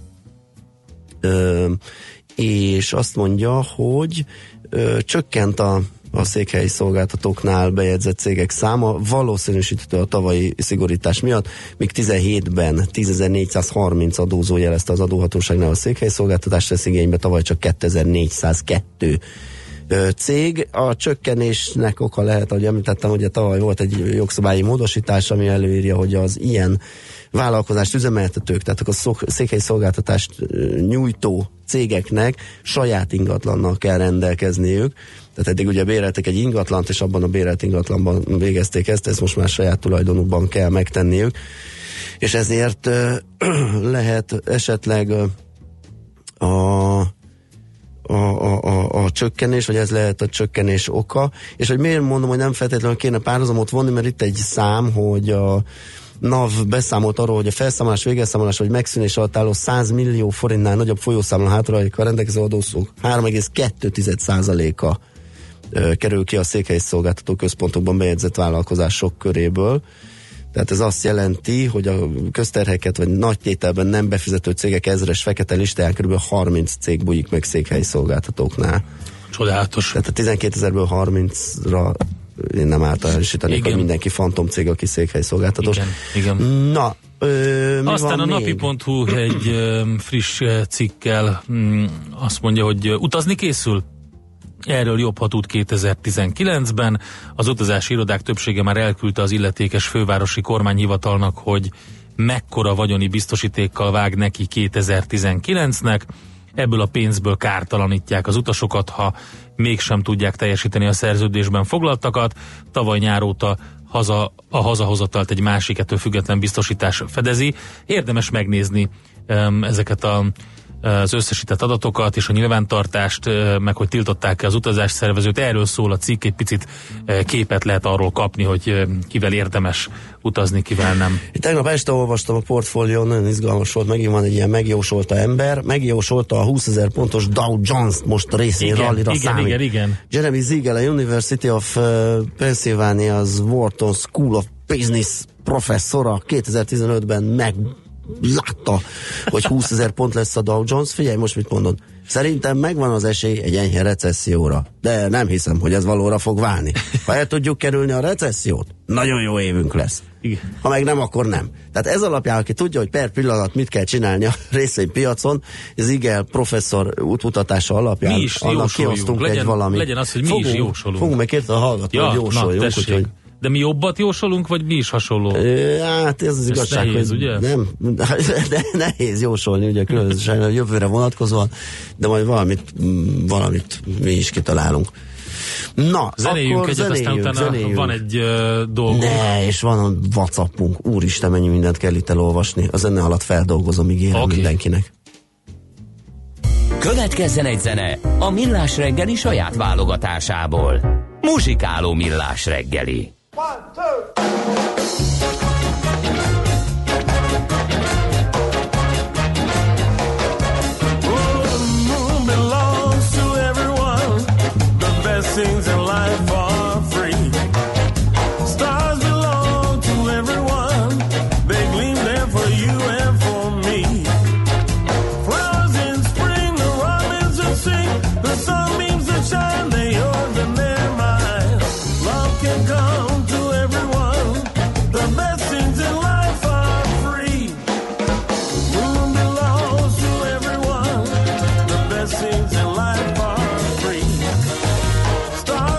És azt mondja, hogy csökkent a a székhelyi szolgáltatóknál bejegyzett cégek száma, valószínűsíthető a tavalyi szigorítás miatt, míg tizenhétben tízezer-négyszázharminc adózó jelezte az adóhatóságnál a székhelyi szolgáltatást vesz igénybe, tavaly csak kétezer-négyszázkettő cég. A csökkenésnek oka lehet, ahogy említettem, hogy tavaly volt egy jogszabályi módosítás, ami előírja, hogy az ilyen vállalkozást üzemeltetők, tehát a székhelyi szolgáltatást nyújtó cégeknek saját ingatlannal kell rendelkezniük. Tehát eddig ugye béreltek egy ingatlant, és abban a bérelt ingatlanban végezték ezt, ezt most már saját tulajdonukban kell megtenniük. És ezért uh, lehet esetleg uh, a A, a, a, a csökkenés, vagy ez lehet a csökkenés oka, és hogy miért mondom, hogy nem feltétlenül kéne párhuzamot vonni, mert itt egy szám, hogy a NAV beszámolt arról, hogy a felszámolás, végelszámolás vagy megszűnés alatt álló száz millió forintnál nagyobb folyószámla hátralékkal rendelkező adószók három egész kettő százaléka kerül ki a székhelyi szolgáltató központokban bejegyzett vállalkozások köréből. Tehát ez azt jelenti, hogy a közterheket vagy nagy tételben nem befizető cégek ezres fekete listáján kb. harminc cég bujik meg székhelyi szolgáltatóknál. Csodálatos. Tehát a tizenkétezerből harmincra én nem általánosítanék, hogy mindenki fantom cég, aki székhelyi szolgáltatós. Igen, igen. Na, ö, mi aztán van a még? napi pont hu egy ö, friss cikkel mm, azt mondja, hogy utazni készül. Erről jobb hat út kétezer-tizenkilencben. Az utazási irodák többsége már elküldte az illetékes fővárosi kormányhivatalnak, hogy mekkora vagyoni biztosítékkal vág neki kétezer-tizenkilencnek. Ebből a pénzből kártalanítják az utasokat, ha mégsem tudják teljesíteni a szerződésben foglaltakat. Tavaly nyár óta haza, a hazahozatalt egy másik, ettől független biztosítás fedezi. Érdemes megnézni um, ezeket a az összesített adatokat és a nyilvántartást, meg hogy tiltották-e az utazásszervezőt. Erről szól a cikk, egy picit képet lehet arról kapni, hogy kivel érdemes utazni, kivel nem. Itt tegnap este olvastam a portfólión, nagyon izgalmas volt, megint van egy ilyen megjósolta ember, megjósolta a húszezer pontos Dow Jones-t most részén rallira igen, számít. igen, igen. Jeremy Siegel, a University of uh, Pennsylvania's Wharton School of Business professzora kétezer-tizenötben meg látta, hogy húszezer pont lesz a Dow Jones. Figyelj, most mit mondod? Szerintem megvan az esély egy enyhe recesszióra, de nem hiszem, hogy ez valóra fog válni. Ha el tudjuk kerülni a recessziót, nagyon jó évünk lesz. Igen. Ha meg nem, akkor nem. Tehát ez alapján, aki tudja, hogy per pillanat mit kell csinálni a részvénypiacon, az igen professzor útmutatása alapján mi is annak kiosztunk legyen, egy valami. Legyen az, hogy mi fogunk, is jósolunk. Fogunk meg kérte a hallgató, ja, hogy jósoljunk. na, úgyhogy de mi jobbat jósolunk, vagy mi is hasonló? hát ez az ez igazság, nehéz, hogy ugye? nem, de nehéz jósolni, ugye különösen a jövőre vonatkozóan, de majd valamit, valamit mi is kitalálunk. Na, zenéljünk akkor egyet, zenéljünk, aztán utána zenéljünk. van egy uh, dolgunk. Ne, és van a WhatsAppunk. Úristen, mennyi mindent kell itt elolvasni. A zene alatt feldolgozom, ígérem Okay. mindenkinek. Következzen egy zene a Millás reggeli saját válogatásából. Muzsikáló Millás reggeli. One, two. Things in life are free. Stars belong to everyone. They gleam there for you and for me. Flowers in spring, the robins that sing, the sunbeams that shine, they yours and they're mine. Love can come to everyone. The best things in life are free. Moon belongs to everyone. The best things in life are free. Stars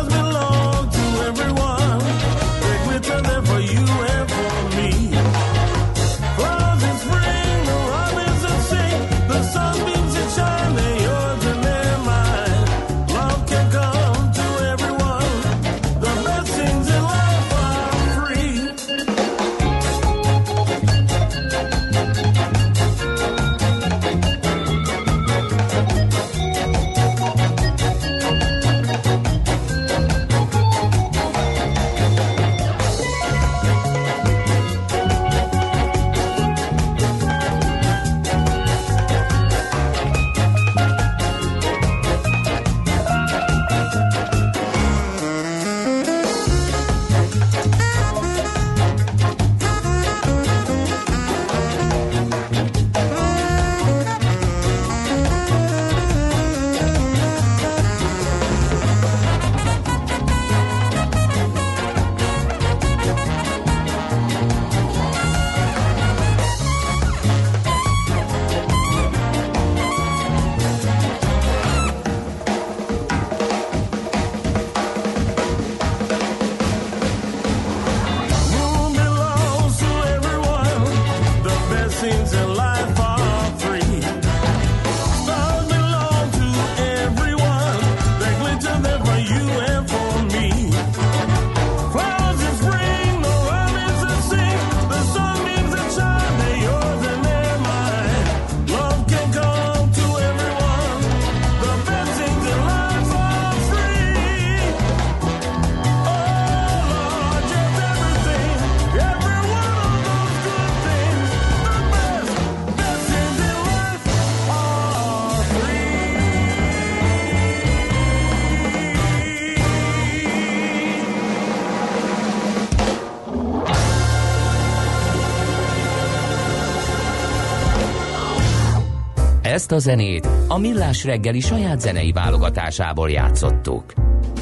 Ezt a zenét a Millás reggeli saját zenei válogatásából játszottuk.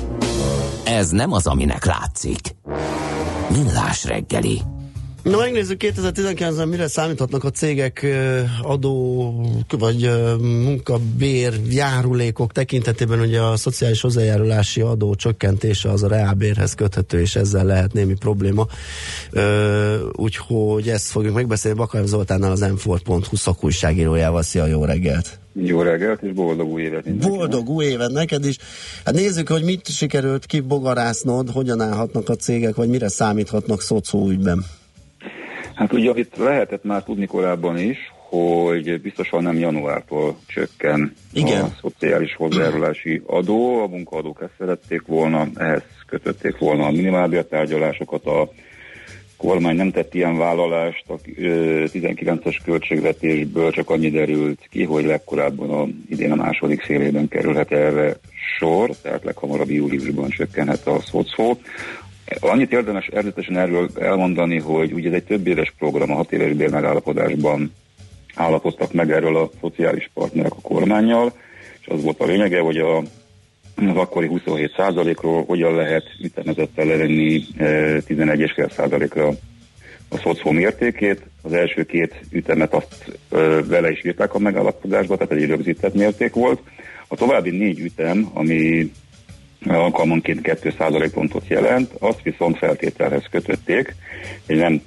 Ez nem az, aminek látszik. Millás reggeli. Na, megnézzük kétezer-tizenkilencben mire számíthatnak a cégek adó vagy munkabér járulékok tekintetében. Ugye a szociális hozzájárulási adó csökkentése az a reálbérhez köthető, és ezzel lehet némi probléma. Úgyhogy ezt fogjuk megbeszélni Bakar Zoltánnal, az em négy pont hu szakújságírójával. Szia, jó reggelt! Jó reggelt, és boldog új évet mindenkinek. Boldog új évet neked is. Hát nézzük, hogy mit sikerült kibogarásznod, hogyan állhatnak a cégek, vagy mire számíthatnak szocó ügyben. Hát ugye, amit lehetett már tudni korábban is, hogy biztosan nem januártól csökken Igen. a szociális hozzájárulási adó, a munkaadók ezt szerették volna, ehhez kötötték volna a minimálbértárgyalásokat, a kormány nem tett ilyen vállalást, a tizenkilences költségvetésből csak annyi derült ki, hogy legkorábban a, idén a második félében kerülhet erre sor, tehát leghamarabb júliusban csökkenhet a szocó. Annyit érdemes eredetesen erről elmondani, hogy ugye ez egy több éves program, a hat éves bérmegállapodásban állapodtak meg erről a szociális partnerek a kormánnyal, és az volt a lényege, hogy a, az akkori huszonhét százalékról hogyan lehet ütemezettel levenni tizenegy egész öt százalékra a szocó mértékét. Az első két ütemet azt ö, vele is írták a megállapodásba, tehát egy rögzített mérték volt. A további négy ütem, ami alkalmanként két százalékpontot jelent, azt viszont feltételhez kötötték, egy nem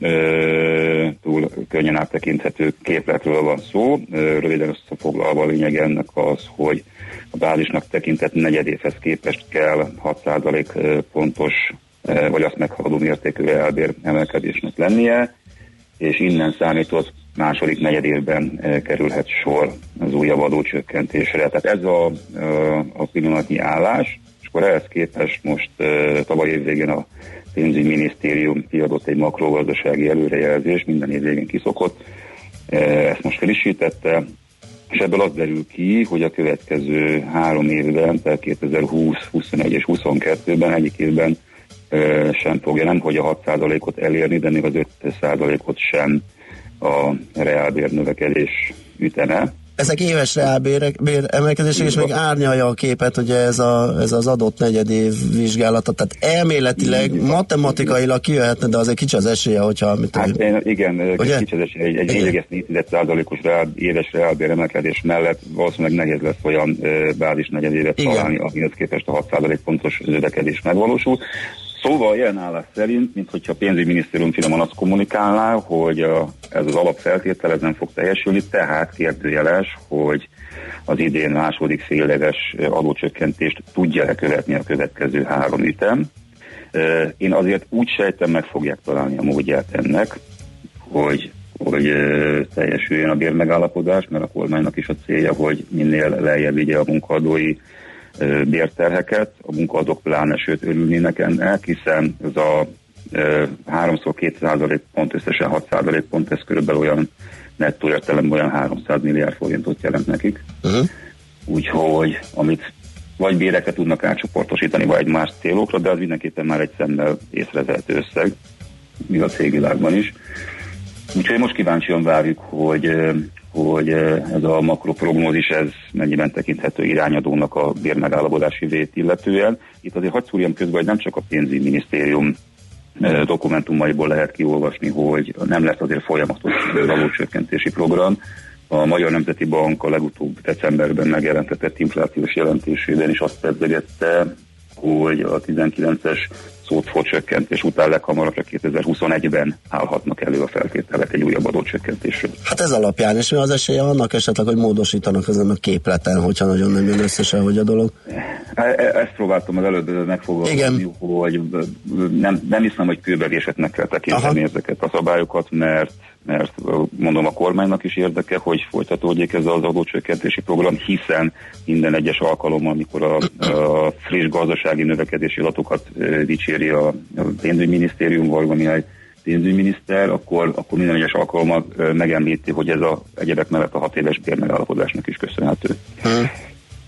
ö, túl könnyen áttekinthető képletről van szó. Ö, röviden összefoglalva a lényeg ennek az, hogy a bázisnak tekintett negyedévhez képest kell hat százalékpontos vagy azt meghaladó mértékű elbér emelkedésnek lennie, és innen számított második negyedévben e, kerülhet sor az újabb adócsökkentésre. Tehát ez a, a, a pillanatnyi állás, és akkor ehhez képest most e, tavaly évvégén a pénzügyminisztérium kiadott egy makrogazdasági előrejelzés, minden évvégén kiszokott, e, ezt most felisítette, és ebből az derül ki, hogy a következő három évben, tehát kétezer-húsz, huszonegy és huszonkettőben egyik évben e, sem fogja, nem hogy a hat százalékot elérni, de még az öt százalékot sem a reálbér növekedés üteme. Ezek éves reálbér bér emelkedések, és még árnyalja a képet, ugye ez, a, ez az adott negyedév vizsgálata, tehát elméletileg, matematikailag kijöhetne, de azért kicsi az esélye, hogyha... Mit hát én, igen, ugye? Kicsi az esélye, egy, egy négy egész négy százalékos reál, éves reálbér emelkedés mellett valószínűleg nehéz lesz olyan uh, bázis negyedévet találni, amihez képest a hat százalék pontos növekedés megvalósul. Szóval jelen állás szerint, mint hogyha a pénzügyminisztérium finoman azt kommunikálná, hogy a, ez az alapfeltétel ez nem fog teljesülni, tehát kérdőjeles, hogy az idén második féléves adócsökkentést tudja-e követni a következő három ütem. Én azért úgy sejtem, meg fogják találni a módját ennek, hogy, hogy teljesüljön a bérmegállapodás, mert a kormánynak is a célja, hogy minél lejjebb vigye a munkaadói bérterheket, a munkaadók pláne, sőt örülnének ennek, hiszen ez a e, háromszor két százalék pont, összesen hat százalék pont, ez körülbelül olyan nettó értelemben olyan háromszáz milliárd forintot jelent nekik. Uh-huh. Úgyhogy amit vagy béreket tudnak átcsoportosítani, vagy más célokra, de az mindenképpen már egy szemmel észrevehető összeg, míg a cégvilágban is. Úgyhogy most kíváncsian várjuk, hogy hogy ez a makroprognózis, ez mennyiben tekinthető irányadónak a bérmegállapodási vét illetően. Itt azért hadd szúrjam közben, hogy nem csak a pénzügyminisztérium dokumentumaiból lehet kiolvasni, hogy nem lesz azért folyamatos adócsökkentési program. A Magyar Nemzeti Bank a legutóbb decemberben megjelentetett inflációs jelentésében is azt pedzegette, hogy a tizenkilences szótforcsökkentés után leghamarabb csak kétezer-huszonegyben állhatnak elő a feltételek egy újabb adócsökkentésről. Hát ez alapján, és mi az esélye annak esetleg, hogy módosítanak ezen a képleten, hogyha nagyon nem jön összesen, hogy a dolog? E- ezt próbáltam az előbb megfogalmazni, hogy nem, nem hiszem, hogy kőbevésetnek kell tekinteni ezeket a szabályokat, mert mert mondom, a kormánynak is érdeke, hogy folytatódjék ez az adócsökkentési program, hiszen minden egyes alkalommal, amikor a, a friss gazdasági növekedési adatokat e, dicséri a, a pénzügyminisztérium, Varga Mihály pénzügyminiszter, akkor, akkor minden egyes alkalommal e, megemlíti, hogy ez a egyebek mellett a hat éves bérmegállapodásnak is köszönhető. Hmm.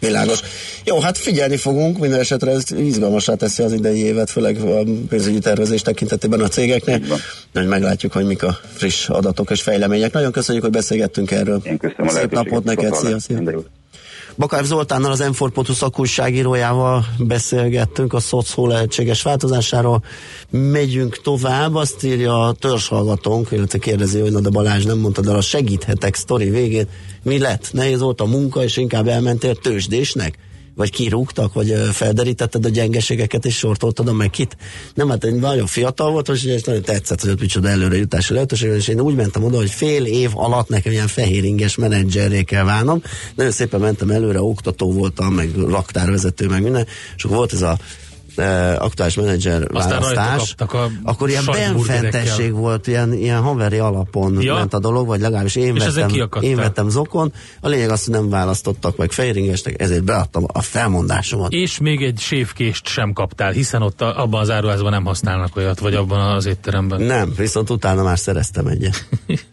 Világos. Jó, hát figyelni fogunk, minden esetre ez izgalmassá teszi az idei évet, főleg a pénzügyi tervezés tekintetében a cégeknél. Hogy meglátjuk, hogy mik a friss adatok és fejlemények. Nagyon köszönjük, hogy beszélgettünk erről. Én köszönöm a Szép napot neked, szia, szia. Bakály Zoltánnal, az em négy pont hu szakújságírójával beszélgettünk a szocó lehetséges változásáról. Megyünk tovább, azt írja a törzshallgatónk, illetve kérdezi, hogy na de Balázs, nem mondtad el a segíthetek sztori végén. Mi lett? Nehéz volt a munka, és inkább elmentél tőzsdésnek? Vagy kirúgtak, vagy felderítetted a gyengeségeket, és sortoltad a Mekit? Nem, hát én nagyon fiatal voltam, és ez nagyon tetszett, hogy ott micsoda előrejutási lehetőség, és én úgy mentem oda, hogy fél év alatt nekem ilyen fehéringes menedzserré kell válnom. Nagyon szépen mentem előre, oktató voltam, meg raktárvezető, meg minden, és akkor volt ez a Uh, aktuális menedzser választás, akkor ilyen benfentesség volt, ilyen, ilyen haveri alapon ja. ment a dolog, vagy legalábbis én vettem, én vettem zokon. A lényeg az, hogy nem választottak meg fejringesnek, ezért beadtam a felmondásomat. És még egy sévkést sem kaptál, hiszen ott a, abban az áruházban nem használnak olyat, vagy abban az étteremben. Nem, viszont utána már szereztem egyet.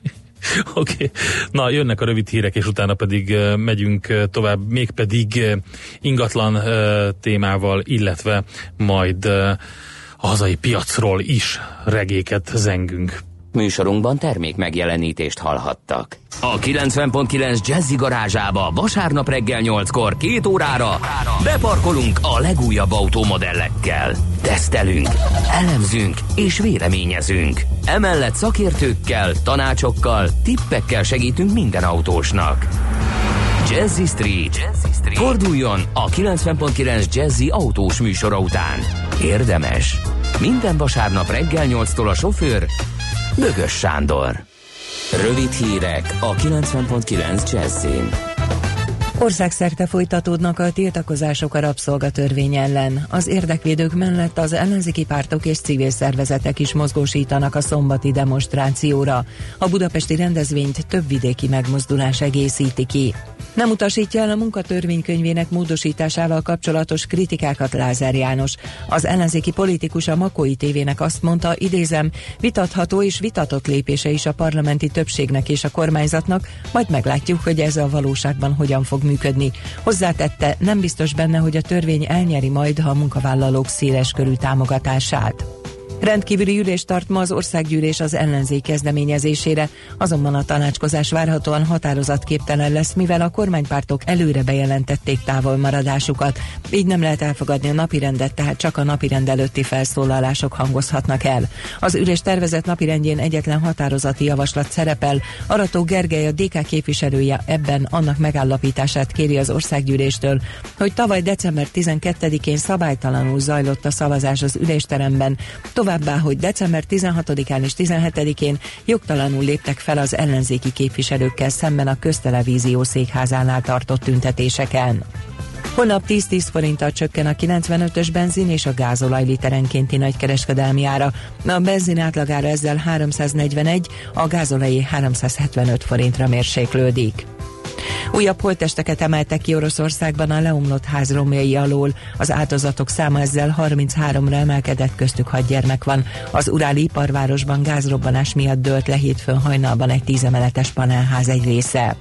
Oké, okay. Na jönnek a rövid hírek, és utána pedig uh, megyünk uh, tovább, mégpedig uh, ingatlan uh, témával, illetve majd uh, a hazai piacról is regéket zengünk. Műsorunkban termék megjelenítést hallhattak. A kilencven pont kilenc Jazzy garázsába vasárnap reggel nyolckor két órára beparkolunk a legújabb automodellekkel. Tesztelünk, elemzünk és véleményezünk. Emellett szakértőkkel, tanácsokkal, tippekkel segítünk minden autósnak. Jazzy Street. Jazzy Street. Forduljon a kilencven pont kilenc Jazzy autós műsora után. Érdemes. Minden vasárnap reggel nyolctól a sofőr Bögös Sándor. Rövid hírek a kilencven pont kilenc Jazzyn. Országszerte folytatódnak a tiltakozások a rabszolgatörvény ellen. Az érdekvédők mellett az ellenzéki pártok és civil szervezetek is mozgósítanak a szombati demonstrációra. A budapesti rendezvényt több vidéki megmozdulás egészíti ki. Nem utasítja el a munkatörvénykönyvének módosításával kapcsolatos kritikákat Lázár János. Az ellenzéki politikus a Makói tévének azt mondta, idézem, vitatható és vitatott lépése is a parlamenti többségnek és a kormányzatnak, majd meglátjuk, hogy ez a valóságban hogyan fog működni. Hozzátette, nem biztos benne, hogy a törvény elnyeri majd a munkavállalók széles körű támogatását. Rendkívüli ülést tart ma az országgyűlés az ellenzék kezdeményezésére, azonban a tanácskozás várhatóan határozatképtelen lesz, mivel a kormánypártok előre bejelentették távolmaradásukat. Így nem lehet elfogadni a napirendet, tehát csak a napirend előtti felszólalások hangozhatnak el. Az ülés tervezett napirendjén egyetlen határozati javaslat szerepel. Arató Gergely, a dé ká képviselője ebben annak megállapítását kéri az országgyűléstől, hogy tavaly december tizenkettedikén szabálytalanul zajlott a szavazás az ülésteremben, továbbá, hogy december tizenhatodikán és tizenhetedikén jogtalanul léptek fel az ellenzéki képviselőkkel szemben a Köztelevízió székházánál tartott tüntetéseken. Holnap tíz-tíz forinttal csökken a kilencvenötös benzin és a gázolaj literenkénti nagykereskedelmi ára. A benzin átlagára ezzel háromszáznegyvenegy, a gázolajé háromszázhetvenöt forintra mérséklődik. Újabb holttesteket emeltek ki Oroszországban a leomlott ház romjai alól. Az áldozatok száma ezzel harmincháromra emelkedett, köztük hat gyermek van. Az uráli iparvárosban gázrobbanás miatt dőlt le hétfőn hajnalban egy tízemeletes panelház egy része.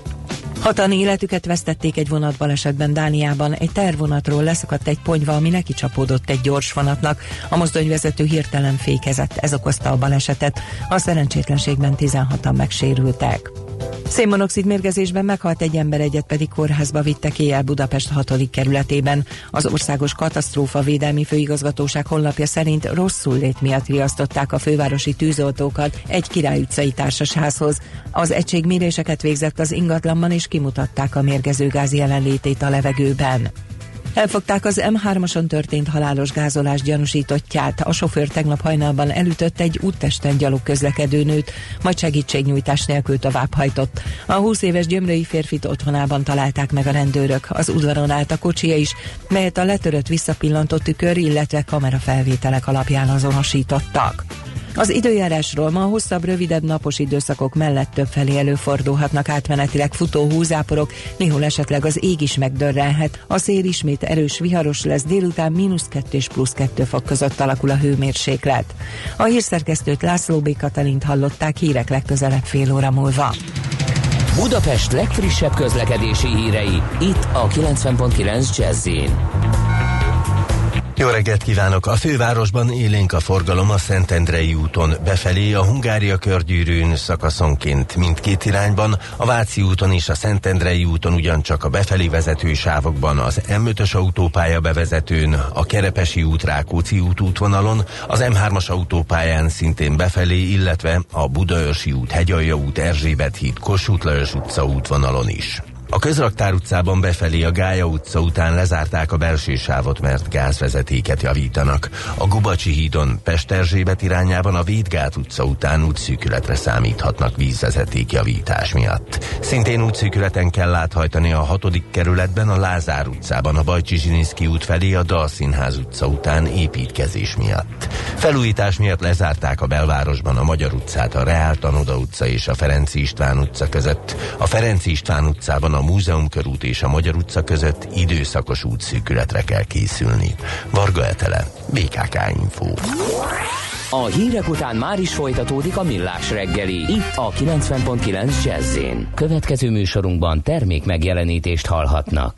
Hatan életüket vesztették egy vonatbalesetben Dániában. Egy tervonatról leszakadt egy ponyva, ami neki csapódott egy gyors vonatnak. A mozdonyvezető hirtelen fékezett, ez okozta a balesetet. A szerencsétlenségben tizenhatan megsérültek. Szénmonoxid mérgezésben meghalt egy ember, egyet pedig kórházba vittek éjjel Budapest hatodik kerületében. Az Országos Katasztrófa Védelmi Főigazgatóság honlapja szerint rosszul lét miatt riasztották a fővárosi tűzoltókat egy Király utcai társasházhoz. Az egység méréseket végzett az ingatlanban, és kimutatták a mérgezőgáz jelenlétét a levegőben. Elfogták az em hármason történt halálos gázolás gyanúsítottját. A sofőr tegnap hajnalban elütött egy úttesten gyalog közlekedő nőt, majd segítségnyújtás nélkül továbbhajtott. A húsz éves gyömrői férfit otthonában találták meg a rendőrök. Az udvaron állt a kocsia is, melyet a letörött visszapillantott tükör, illetve kamerafelvételek alapján azonosítottak. Az időjárásról: ma hosszabb, rövidebb napos időszakok mellett többfelé előfordulhatnak átmenetileg futó húzáporok, néhol esetleg az ég is megdörrelhet. A szél ismét erős, viharos lesz, délután mínusz kettő és plusz kettő fok között alakul a hőmérséklet. A hírszerkesztőt, László B. Katalint hallották, hírek legközelebb fél óra múlva. Budapest legfrissebb közlekedési hírei, itt a kilencven pont kilenc Jazz-in. Jó reggelt kívánok! A fővárosban élénk a forgalom a Szentendrei úton befelé, a Hungária körgyűrűn szakaszonként mindkét irányban, a Váci úton és a Szentendrei úton ugyancsak a befelé vezető sávokban, az M ötös autópálya bevezetőn, a Kerepesi út Rákóczi út útvonalon, az M hármas autópályán szintén befelé, illetve a Budaörsi út, Hegyalja út, Erzsébet híd, Kossuth Lajos utca útvonalon is. A Közraktár utcában befelé a Gálya utca után lezárták a belső sávot, mert gázvezetéket javítanak. A Gubacsi hídon Pest-Erzsébet irányában a Védgát utca után útszűkületre számíthatnak vízvezeték javítás miatt. Szintén útszűkületen kell áthajtani a hatodik kerületben a Lázár utcában, a Bajcsi Zsilinszky út felé a Dalszínház utca után építkezés miatt. Felújítás miatt lezárták a belvárosban a Magyar utcát, a Reál Tanoda utca és a Ferenczy István utca között. A Ferenczy István utcában a Múzeum körút és a Magyar utca között időszakos útszűkületre kell készülni. Varga Etele, bé ká ká Info. A hírek után már is folytatódik a Millás reggeli, itt a kilencven pont kilenc Jazz-in. Következő műsorunkban termék megjelenítést hallhatnak.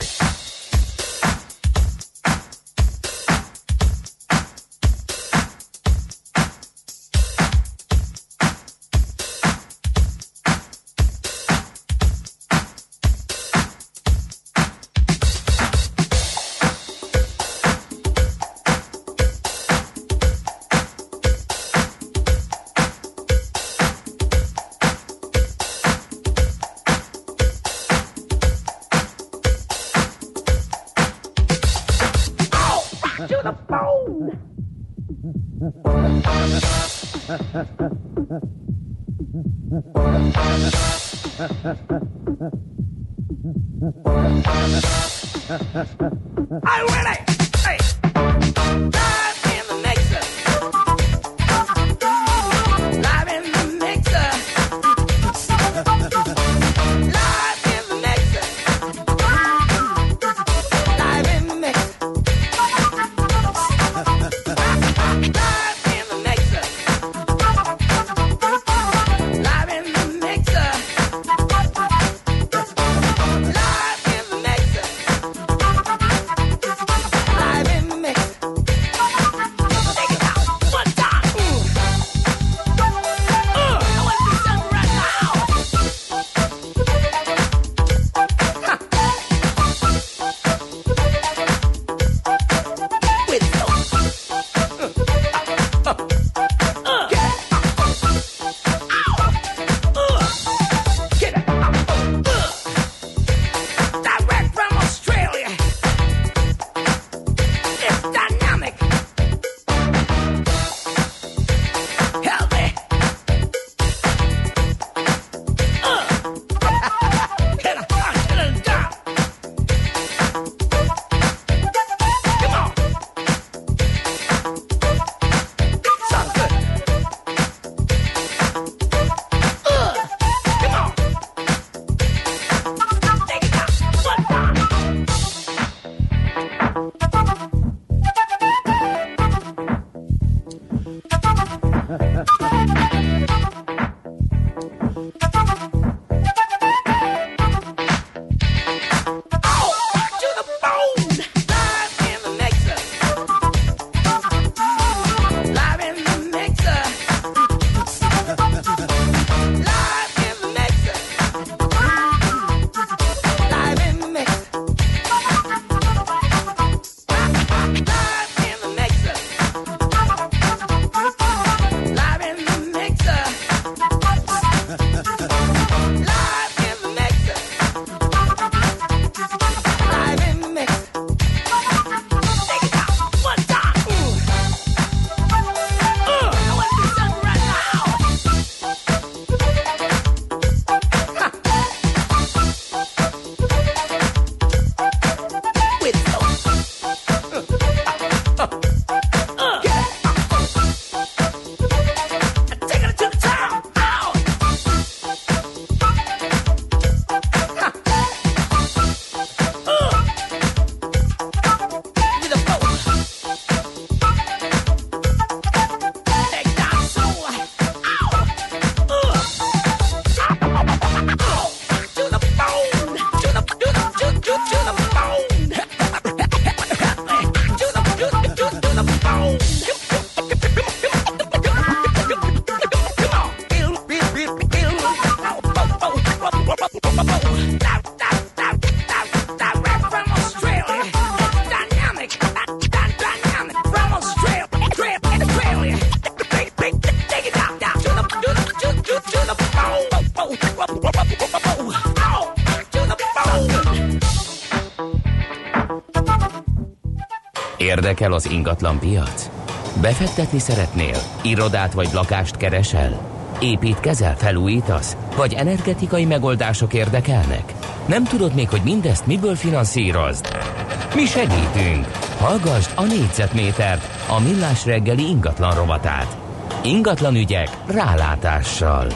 Érdekel az ingatlan piac? Befektetni szeretnél? Irodát vagy lakást keresel? Építkezel, felújítasz? Vagy energetikai megoldások érdekelnek? Nem tudod még, hogy mindezt miből finanszírozd? Mi segítünk! Hallgasd a négyzetmétert, a Millás reggeli ingatlan rovatát. Ingatlan ügyek rálátással.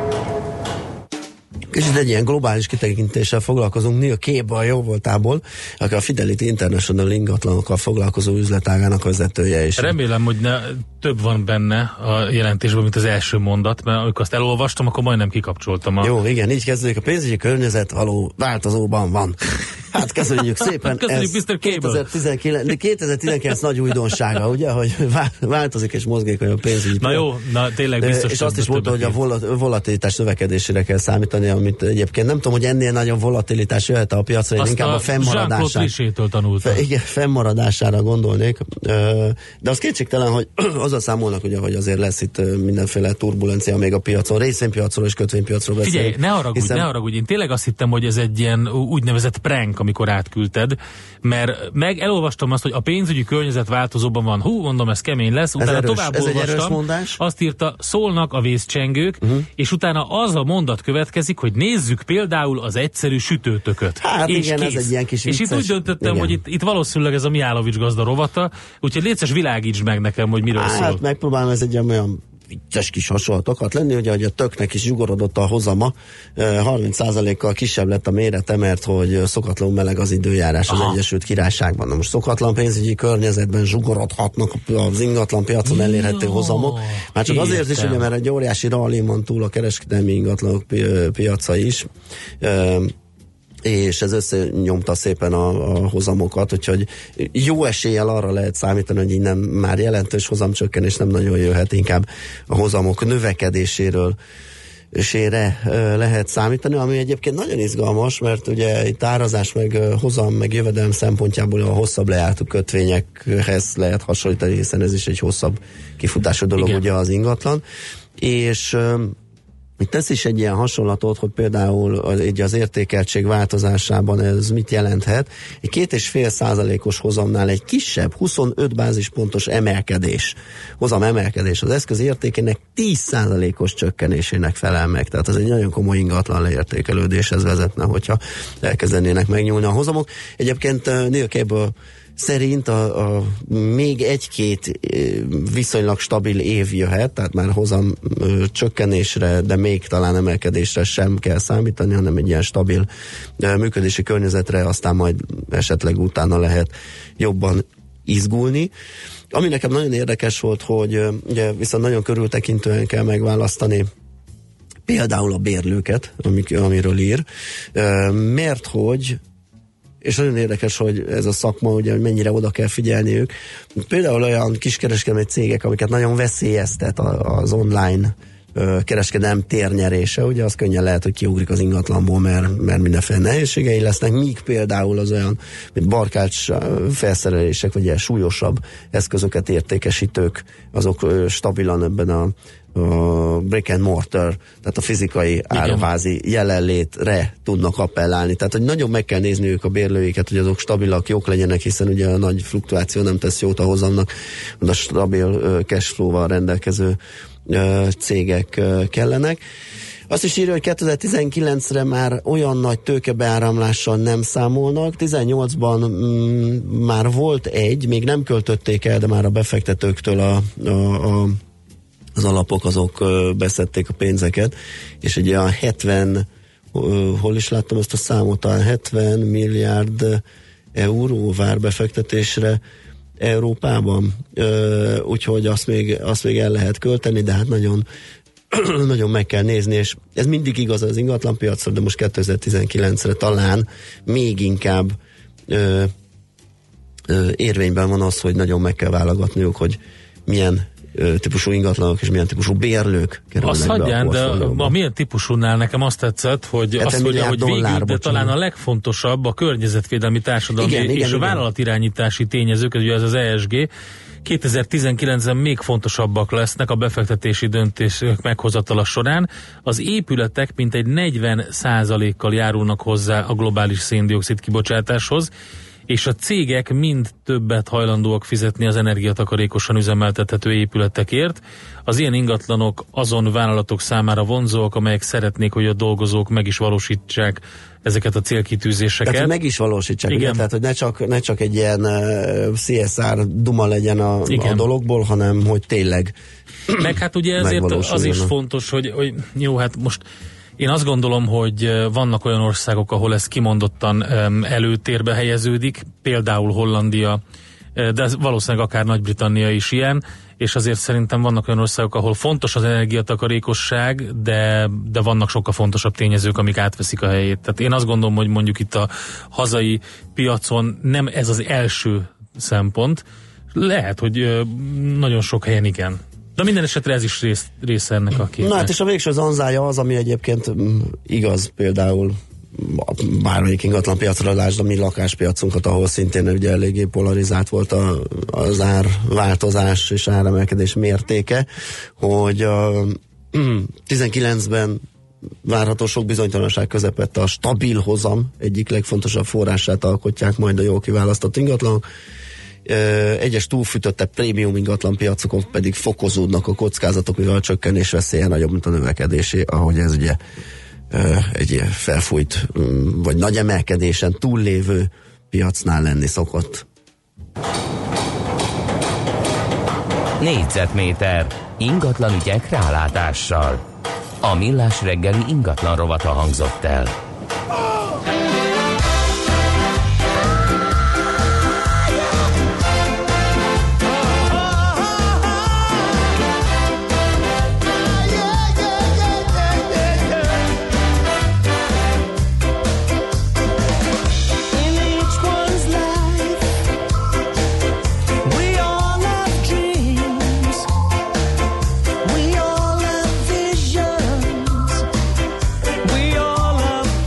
És itt egy ilyen globális kitekintéssel foglalkozunk Neil Cable jó voltából, aki a Fidelity International ingatlanokkal foglalkozó üzletágának vezetője is. Remélem, hogy ne, több van benne a jelentésben, mint az első mondat, mert amikor azt elolvastam, akkor majdnem kikapcsoltam. A... Jó, igen, így kezdődik. A pénzügyi környezet való változóban van. Hát köszönjük szépen. Köszönjük, miszter Cable. kétezer-tizenkilenc, kétezer-tizenkilenc nagy újdonsága, ugye, hogy változik és mozgékony a pénzügyi. Na jó, na tényleg biztos. És azt is mondta, hogy a volatilitás növekedésére kell számítani, amit egyébként nem tudom, hogy ennél nagyobb volatilitás jöhet a piacra, én inkább a, a fennmaradására. tanultam. Igen, fennmaradására gondolnék. De az kétségtelen, hogy azzal számolnak, ugye, hogy azért lesz itt mindenféle turbulencia még a piacon, részvénypiacról és kötvénypiacról beszélünk. Figyelj, ne haragudj, hiszen... ne haragudj, én tényleg azt hittem, hogy ez egy ilyen úgynevezett prank, amikor átküldted, mert meg elolvastam azt, hogy a pénzügyi környezet változóban van. Hú, mondom, ez kemény lesz. Utána erős, tovább olvastam, azt írta, szólnak a vészcsengők, uh-huh. és utána az a mondat következik, hogy nézzük például az egyszerű sütőtököt. Hát és igen, kész. ez egy ilyen kis És vicces. itt úgy döntöttem, igen. hogy itt, itt valószínűleg ez a Mihálovics gazda rovata, úgyhogy létszes világítsd meg nekem, hogy miről hát, szól. Hát megpróbálom, ez egy olyan vicces kis hasonlatokat lenni, ugye, hogy a töknek is zsugorodott a hozama, harminc százalékkal kisebb lett a mérete, mert hogy szokatlanul meleg az időjárás az Aha. Egyesült Királyságban. Na most szokatlan pénzügyi környezetben zsugorodhatnak az ingatlan piacon elérhető hozamok. Már csak Értem. azért is, ugye, mert egy óriási rallin van túl a kereskedelmi ingatlanok pi- piaca is, és ez összenyomta szépen a, a hozamokat, úgyhogy jó eséllyel arra lehet számítani, hogy innen már jelentős hozamcsökkenés nem nagyon jöhet, inkább a hozamok növekedéséről sére lehet számítani, ami egyébként nagyon izgalmas, mert ugye itt árazás, meg hozam, meg jövedelem szempontjából a hosszabb lejártú kötvényekhez lehet hasonlítani, hiszen ez is egy hosszabb kifutású dolog, Igen. ugye az ingatlan, és itt tesz is egy ilyen hasonlatot, hogy például az, az értékeltség változásában ez mit jelenthet. Egy két és fél százalékos hozamnál egy kisebb, huszonöt bázispontos emelkedés, hozam emelkedés az eszköz értékének tíz százalékos csökkenésének felel meg. Tehát ez egy nagyon komoly ingatlan leértékelődéshez vezetne, hogyha elkezdenének megnyúlni a hozamok. Egyébként Neil Cable szerint a, a még egy-két viszonylag stabil év jöhet, tehát már hozam ö, csökkenésre, de még talán emelkedésre sem kell számítani, hanem egy ilyen stabil ö, működési környezetre, aztán majd esetleg utána lehet jobban izgulni. Ami nekem nagyon érdekes volt, hogy ö, ugye viszont nagyon körültekintően kell megválasztani például a bérlőket, amik, amiről ír, ö, mert hogy és nagyon érdekes, hogy ez a szakma, ugye, hogy mennyire oda kell figyelniük. Például olyan kiskereskedelmi cégek, amiket nagyon veszélyeztet az online kereskedelem térnyerése, ugye az könnyen lehet, hogy kiugrik az ingatlanból, mert, mert mindenféle nehézségei lesznek, míg például az olyan, mint barkács felszerelések, vagy ilyen súlyosabb eszközöket értékesítők, azok stabilan ebben a a brick and mortar, tehát a fizikai áruházi jelenlétre tudnak appellálni. Tehát, hogy nagyon meg kell nézni ők a bérlőiket, hogy azok stabilak, jók legyenek, hiszen ugye a nagy fluktuáció nem tesz jót a hozamnak, de a stabil uh, cashflow-val rendelkező uh, cégek uh, kellenek. Azt is írja, hogy kétezer-tizenkilencre már olyan nagy tőkebeáramlással nem számolnak. tizennyolcban mm, már volt egy, még nem költötték el, de már a befektetőktől a, a, a az alapok azok ö, beszedték a pénzeket, és egy olyan hetven, ö, hol is láttam ezt a számot, a hetven milliárd euró vár befektetésre Európában, ö, úgyhogy azt még, azt még el lehet költeni, de hát nagyon, nagyon meg kell nézni, és ez mindig igaz az ingatlanpiacra, de most kétezer-tizenkilencre talán még inkább ö, ö, érvényben van az, hogy nagyon meg kell válogatniuk, hogy milyen típusú ingatlanok és milyen típusú bérlők kerülnek azt be hagyján, a de portfólióba. a milyen típusúnál nekem azt tetszett, hogy azt mondja, hogy végül, dollár, de talán a legfontosabb a környezetvédelmi társadalmi igen, és igen, a igen. vállalatirányítási tényezők, ugye ez az E S G, kétezer-tizenkilencben még fontosabbak lesznek a befektetési döntések meghozatala során. Az épületek mintegy negyven százalékkal járulnak hozzá a globális széndioxid kibocsátáshoz, és a cégek mind többet hajlandóak fizetni az energiatakarékosan üzemeltethető épületekért. Az ilyen ingatlanok azon vállalatok számára vonzóak, amelyek szeretnék, hogy a dolgozók meg is valósítsák ezeket a célkitűzéseket. Tehát, hogy meg is valósítsák, ugye? Tehát, hogy ne csak, ne csak egy ilyen uh, C S R duma legyen a, a dologból, hanem hogy tényleg meg hát ugye ezért az is fontos, hogy, hogy jó, hát most én azt gondolom, hogy vannak olyan országok, ahol ez kimondottan előtérbe helyeződik, például Hollandia, de valószínűleg akár Nagy-Britannia is ilyen, és azért szerintem vannak olyan országok, ahol fontos az energiatakarékosság, de, de vannak sokkal fontosabb tényezők, amik átveszik a helyét. Tehát én azt gondolom, hogy mondjuk itt a hazai piacon nem ez az első szempont. Lehet, hogy nagyon sok helyen igen. De minden esetre ez is rész, része ennek a képnek. Na hát és a végső zanzája az, ami egyébként igaz például bármelyik ingatlan piacra, lásd a mi lakáspiacunkat, ahol szintén ugye eléggé polarizált volt a, az árváltozás és áremelkedés mértéke, hogy a tizenkilencben várható sok bizonytalanság közepette a stabil hozam egyik legfontosabb forrását alkotják majd a jól kiválasztott ingatlanok. Egyes túlfűtöttebb prémium ingatlan piacokon pedig fokozódnak a kockázatok, mivel a csökkenés veszélye nagyobb, mint a növekedésé, ahogy ez ugye egy felfújt vagy nagy emelkedésen túllévő piacnál lenni szokott. Négyzetméter ingatlan ügyek rálátással. A Millás reggeli ingatlan rovata hangzott el. We all have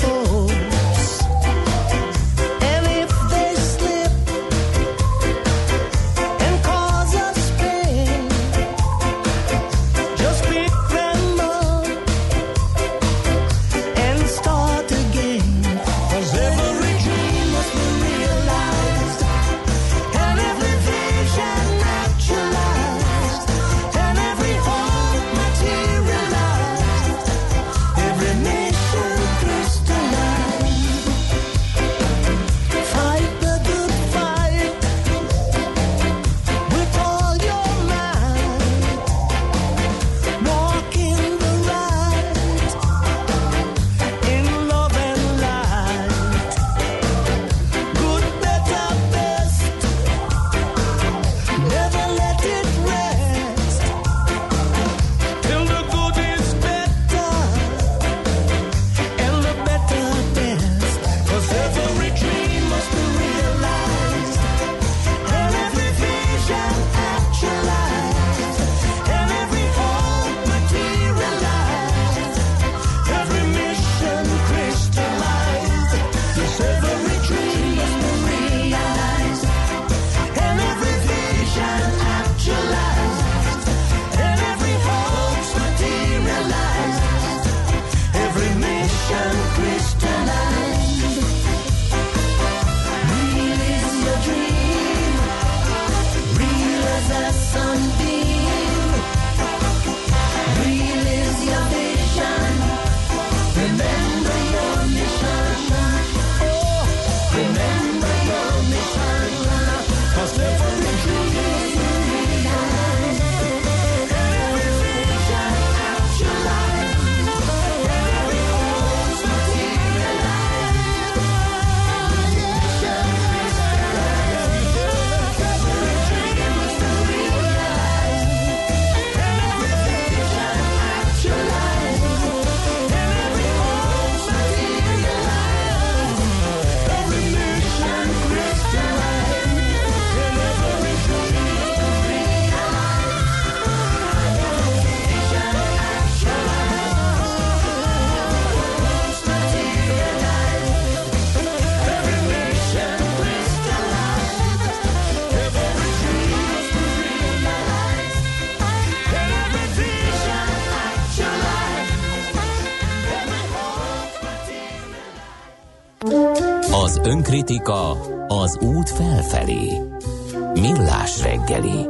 Az önkritika az út felfelé. Millás reggeli.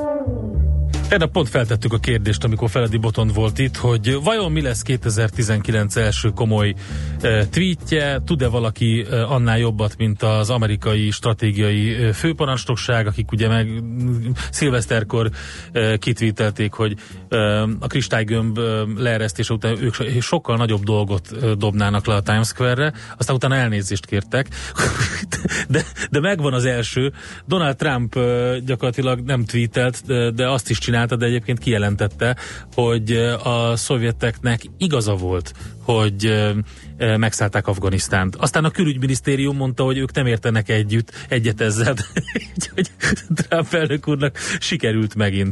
Tegnap pont feltettük a kérdést, amikor Feledi Botond volt itt, hogy vajon mi lesz kétezer-tizenkilenc első komoly e, tweetje, tud-e valaki e, annál jobbat, mint az amerikai stratégiai e, főparancsnokság, akik ugye meg szilveszterkor e, kitweetelték, hogy e, a kristálygömb e, leeresztése után ők sokkal nagyobb dolgot e, dobnának le a Times Square-re, aztán utána elnézést kértek, de, de megvan az első. Donald Trump e, gyakorlatilag nem tweetelt, de, de azt is csinál, de egyébként kijelentette, hogy a szovjeteknek igaza volt, hogy megszállták Afganisztánt. Aztán a külügyminisztérium mondta, hogy ők nem értenek együtt, egyet ezzel, úgyhogy Trump elnök úrnak sikerült megint.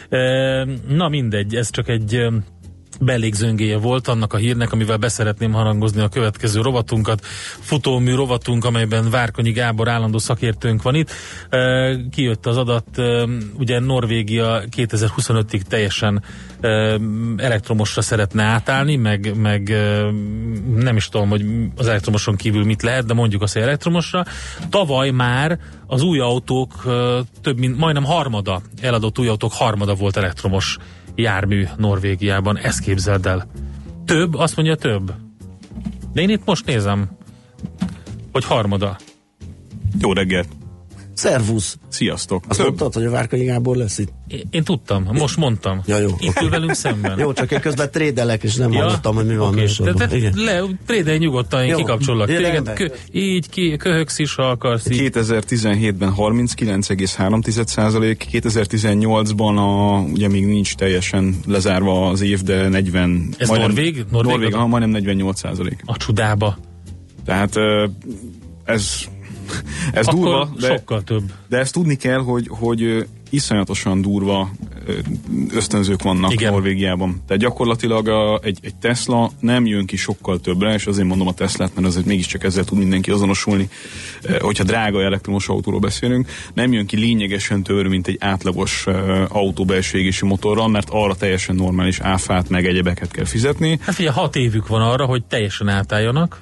Na mindegy, ez csak egy belégzöngéje volt annak a hírnek, amivel beszeretném harangozni a következő rovatunkat. Futómű rovatunk, amelyben Várkonyi Gábor állandó szakértőnk van itt. E, kijött az adat, e, ugye Norvégia kétezer-huszonötig teljesen e, elektromosra szeretne átállni, meg, meg e, nem is tudom, hogy az elektromoson kívül mit lehet, de mondjuk azt, hogy elektromosra. Tavaly már az új autók e, több mint, majdnem harmada, eladott új autók harmada volt elektromos jármű Norvégiában, ezt képzeld el. Több? Azt mondja több. De én itt most nézem, hogy harmada. Jó reggelt! Szervusz! Sziasztok! Azt több... mondtad, hogy a Várkonyi Gábor lesz itt? Én, én tudtam, most mondtam. Ja, jó. Itt ül velünk szemben. Jó, csak én közben trédelek, és nem ja, hallottam, hogy mi van okay. műsorban. De, de, le, trédelj nyugodtan, én jó, kikapcsollak téged. Kö, így ki, köhögsz is, ha akarsz. Így. kétezer-tizenhétben harminckilenc egész három százalék, kétezer-tizennyolcban a, ugye még nincs teljesen lezárva az év, de negyven... Ez majdnem, Norvég? Norvég, Norvég aha, majdnem negyvennyolc százalék. A csudába. Tehát ez... Ez akkor durva, de, sokkal több. De ezt tudni kell, hogy, hogy iszonyatosan durva ösztönzők vannak igen. Norvégiában. Tehát gyakorlatilag a, egy, egy Tesla nem jön ki sokkal többre, és azért mondom a Teslát, mert azért mégiscsak ezzel tud mindenki azonosulni, hogyha drága elektromos autóról beszélünk, nem jön ki lényegesen többre, mint egy átlagos autó belső égési motorral, mert arra teljesen normális áfát meg egyebeket kell fizetni. Hát ugye hat évük van arra, hogy teljesen átálljanak,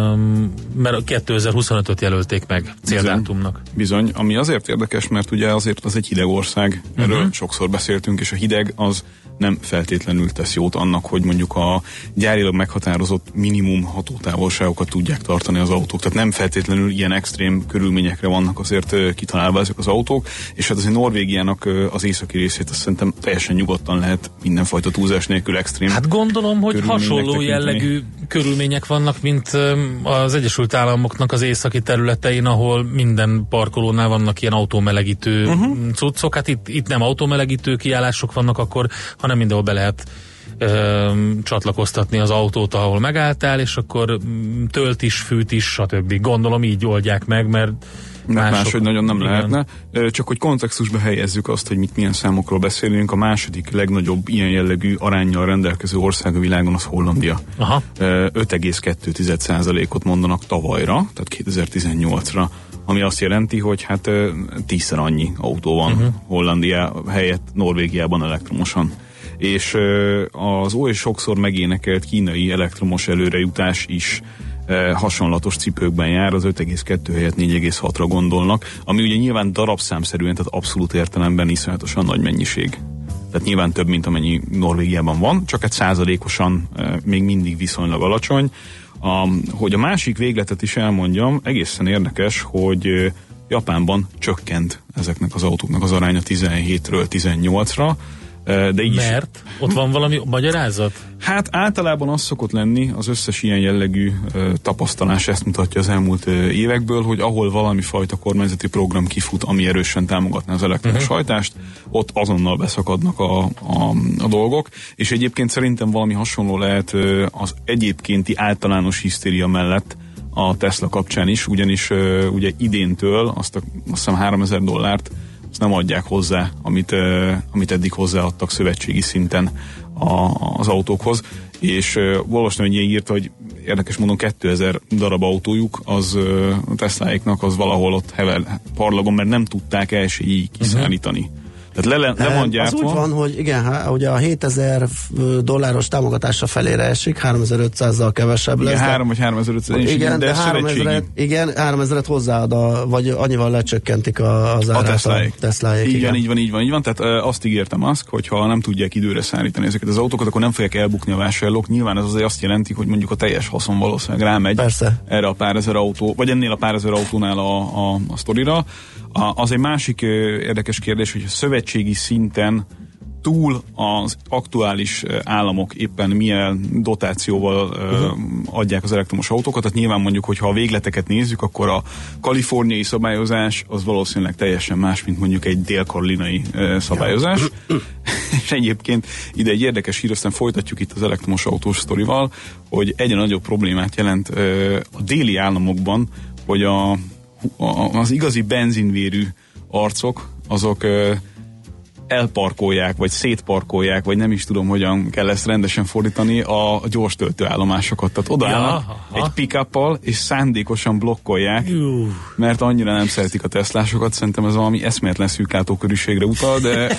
mert kétezer-huszonötöt jelölték meg céldátumnak. Bizony, ami azért érdekes, mert ugye azért az egy hideg ország, erről uh-huh. sokszor beszéltünk, és a hideg az nem feltétlenül tesz jót annak, hogy mondjuk a gyárilag meghatározott minimum hatótávolságokat tudják tartani az autók. Tehát nem feltétlenül ilyen extrém körülményekre vannak azért kitalálva ezek az autók, és hát azért Norvégiának az északi részét azt szerintem teljesen nyugodtan lehet mindenfajta túlzás nélkül extrém. Hát gondolom, hogy hasonló jellegű körülmények vannak, mint az Egyesült Államoknak az északi területein, ahol minden parkolónál vannak ilyen autómelegítő uh-huh. cuccok. Hát itt, itt nem autómelegítő kiállások vannak akkor, hanem mindenhol be lehet ö, csatlakoztatni az autót, ahol megálltál, és akkor tölt is, fűt is, stb. Gondolom így oldják meg, mert mások, máshogy nagyon nem igen. lehetne. Csak hogy kontextusba helyezzük azt, hogy mit milyen számokról beszélünk, a második legnagyobb ilyen jellegű aránnyal rendelkező ország a világon az Hollandia. Aha. öt egész kettő százalékot mondanak tavalyra, tehát kétezer-tizennyolcra, ami azt jelenti, hogy hát tízszer annyi autó van uh-huh. Hollandia helyett Norvégiában elektromosan. És az oly sokszor megénekelt kínai elektromos előrejutás is hasonlatos cipőkben jár, az öt egész kettő helyett négy egész hatra gondolnak, ami ugye nyilván darabszámszerűen, tehát abszolút értelemben iszonyatosan nagy mennyiség. Tehát nyilván több, mint amennyi Norvégiában van, csak egy százalékosan még mindig viszonylag alacsony. A, hogy a másik végletet is elmondjam, egészen érdekes, hogy Japánban csökkent ezeknek az autóknak az aránya tizenhétről tizennyolcra. De így mert? Is, ott van valami magyarázat? Hát általában az szokott lenni, az összes ilyen jellegű ö, tapasztalás ezt mutatja az elmúlt ö, évekből, hogy ahol valami fajta kormányzati program kifut, ami erősen támogatná az elektromos uh-huh. hajtást, ott azonnal beszakadnak a, a, a dolgok, és egyébként szerintem valami hasonló lehet ö, az egyébkénti általános hisztéria mellett a Tesla kapcsán is, ugyanis ö, ugye idéntől azt, a, azt hiszem háromezer dollárt azt nem adják hozzá, amit, uh, amit eddig hozzáadtak szövetségi szinten a, az autókhoz. És uh, olvastam, hogy ilyen írta, hogy érdekes módon kétezer darab autójuk, az uh, a Tesláiknak az valahol ott hever parlagon, mert nem tudták elsőjéig kiszállítani. Uh-huh. Tehát le, le van gyártva. Az úgy van, hogy igen, há, ugye a hétezer dolláros támogatásra felére esik, háromezer-ötszázzal kevesebb igen, lesz. három vagy háromezer-ötszáz, igen, de, de háromezret, igen, háromezret hozzáad, a, vagy annyival lecsökkentik a, az árát a Tesláik. Tesláik így igen. van, így van, így van, így van. Tehát ö, azt ígérte Musk, hogy ha nem tudják időre szállítani ezeket az autókat, akkor nem fogják elbukni a vásárlók. Nyilván ez azért azt jelenti, hogy mondjuk a teljes haszon valószínűleg rámegy Persze. erre a pár ezer autó, vagy ennél a pár ezer autónál a, a, a sztorira. A, az egy másik ö, érdekes kérdés, hogy a szövetségi szinten túl az aktuális államok éppen milyen dotációval uh-huh. adják az elektromos autókat. Tehát nyilván mondjuk, hogyha a végleteket nézzük, akkor a kaliforniai szabályozás az valószínűleg teljesen más, mint mondjuk egy dél-karolinai szabályozás. És egyébként ide egy érdekes hír, aztán folytatjuk itt az elektromos autós sztorival, hogy egyre nagyobb problémát jelent a déli államokban, hogy a, a, az igazi benzinvérű arcok, azok elparkolják, vagy szétparkolják, vagy nem is tudom, hogyan kell ezt rendesen fordítani, a, a gyors töltőállomásokat. Tehát odaállnak ja, egy pick-uppal, és szándékosan blokkolják, Juh. mert annyira nem szeretik a Teslásokat. Szerintem ez valami eszméletlen szűklátókörűségre utal, de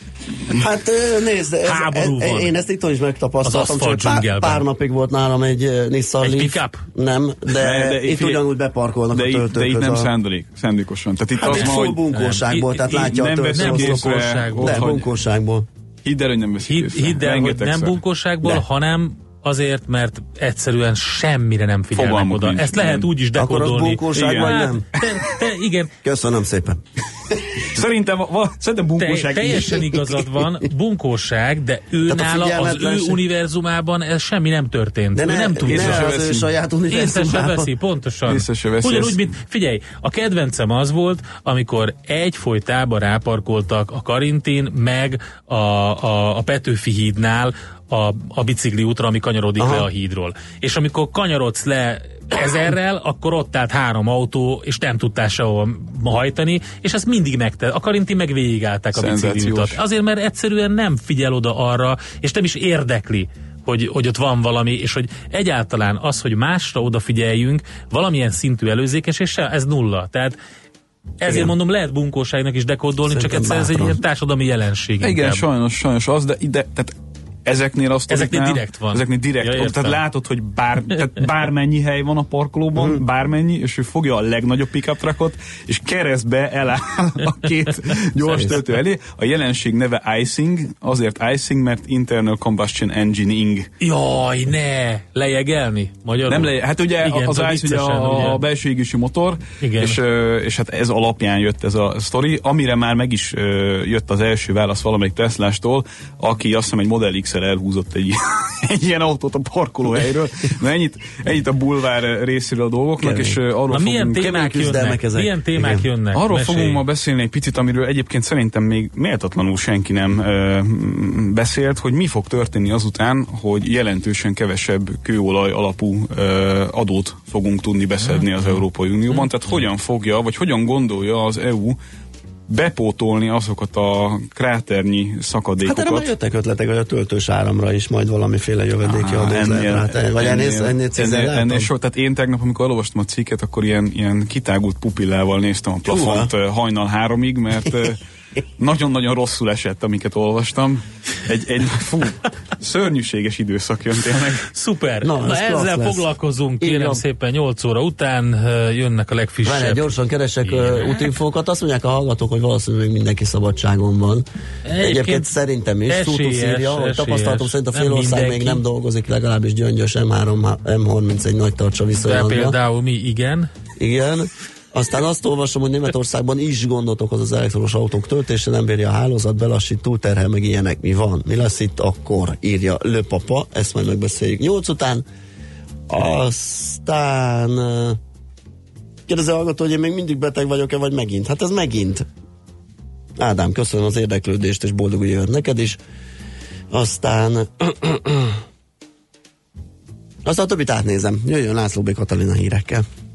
hát nézd, ez, ez, én ezt itt is megtapasztaltam, csak pár, pár napig volt nálam egy uh, Nissan egy Leaf. Pick-up? Nem, de, de, de itt figyelj, ugyanúgy beparkolnak de a töltők. De itt nem szándék, szándékosan. Tehát itt hát az egy full bunkóságból, tehát látja a töltők. Nem bunkóságból. Hidd el, hogy nem veszik észre. Hidd el, hogy nem bunkóságból, hanem azért, mert egyszerűen semmire nem figyelnek Fogalmuk oda. Nincs, Ezt nem. lehet úgy is dekódolni. Akkor az bunkóság vagy nem? Te, te, igen. Köszönöm szépen. Szerintem, va, szerintem bunkóság. Te, teljesen igazad van, bunkóság, de ő nála, az ő univerzumában ez semmi nem történt. De ő ne, nem tudja. Ne az ő saját univerzumában. Észre se veszi, pontosan. Se veszi Ugyanúgy, mint, figyelj, a kedvencem az volt, amikor egyfolytában ráparkoltak a Karintin, meg a, a, a Petőfi hídnál a, a bicikli útra, ami kanyarodik Aha. le a hídról. És amikor kanyarodsz le ezerrel, akkor ott állt három autó, és nem tudtál sehova hajtani, és ezt mindig megtett. A Karinti meg végigállták a bicikli utat. Azért, mert egyszerűen nem figyel oda arra, és nem is érdekli, hogy, hogy ott van valami, és hogy egyáltalán az, hogy másra odafigyeljünk, valamilyen szintű előzékenység, ez nulla. Tehát ezért igen. mondom, lehet bunkóságnak is dekódolni, csak egyszer ez egy ilyen társadalmi jelenség. Igen, inkább. sajnos, sajnos az, de, de tehát ezeknél azt ezeknél direkt van. Ezeknél direkt ja, van. Tehát látod, hogy bár, tehát bármennyi hely van a parkolóban, mm. bármennyi, és ő fogja a legnagyobb pick-up truckot, és keresztbe eláll a két gyors töltő elé. A jelenség neve icing, azért icing, mert internal combustion engineing. Jaj, ne! Lejegelni? Magyarul? Nem lejeg, hát ugye igen, az ice ugye a, a belső égésű motor, és, és hát ez alapján jött ez a sztori, amire már meg is jött az első válasz valamelyik Teslástól, aki azt hiszem egy Model X elhúzott egy, egy ilyen autót a parkolóhelyről. Na ennyit, ennyit a bulvár részéről a dolgoknak, Kemény. és uh, arról Na, fogunk... milyen témák jönnek? Ezek. Milyen témák Igen. jönnek? Arról Mesélj. fogunk ma beszélni egy picit, amiről egyébként szerintem még méltatlanul senki nem uh, beszélt, hogy mi fog történni azután, hogy jelentősen kevesebb kőolaj alapú uh, adót fogunk tudni beszedni az Európai Unióban. Tehát hogyan fogja, vagy hogyan gondolja az é u bepótolni azokat a kráternyi szakadékokat. Hát erre már jöttek ötletek, hogy a töltős áramra is majd valamiféle jövedéki adót lehet. Vagy ennél, ennél, ennél, ennél, ennél so, tehát én tegnap, amikor olvastam a cikket, akkor ilyen, ilyen kitágult pupillával néztem a plafont Húha. hajnal háromig, mert nagyon-nagyon rosszul esett, amiket olvastam. Egy, egy fú, szörnyűséges időszak jön tényleg. Szuper. Na, Na ezzel lesz. foglalkozunk, kérem Igen. szépen nyolc óra után jönnek a legfrissebb. Várjál, gyorsan keresek uh, útinfókat. Azt mondják a hallgatók, hogy valószínűleg mindenki szabadságon van. Egyébként, Egyébként szerintem is. Szútusz írja, hogy tapasztalatom szerint a félország még nem dolgozik, legalábbis Gyöngyös em három, em harmincegy nagy tartsa viszonylag. De például mi, igen. Igen. Aztán azt olvasom, hogy Németországban is gondot okoz az elektromos autók töltése, nem bírja a hálózat, belassít, túlterhel, meg ilyenek. Mi van? Mi lesz itt akkor? Írja Löpapa, ezt majd megbeszéljük nyolc után. Aztán kérdezi a hallgató, hogy én még mindig beteg vagyok-e, vagy megint? Hát ez megint. Ádám, köszönöm az érdeklődést, és boldog új évet neked is. Aztán aztán a többit átnézem. Jöjjön László B. Katalina hírekkel.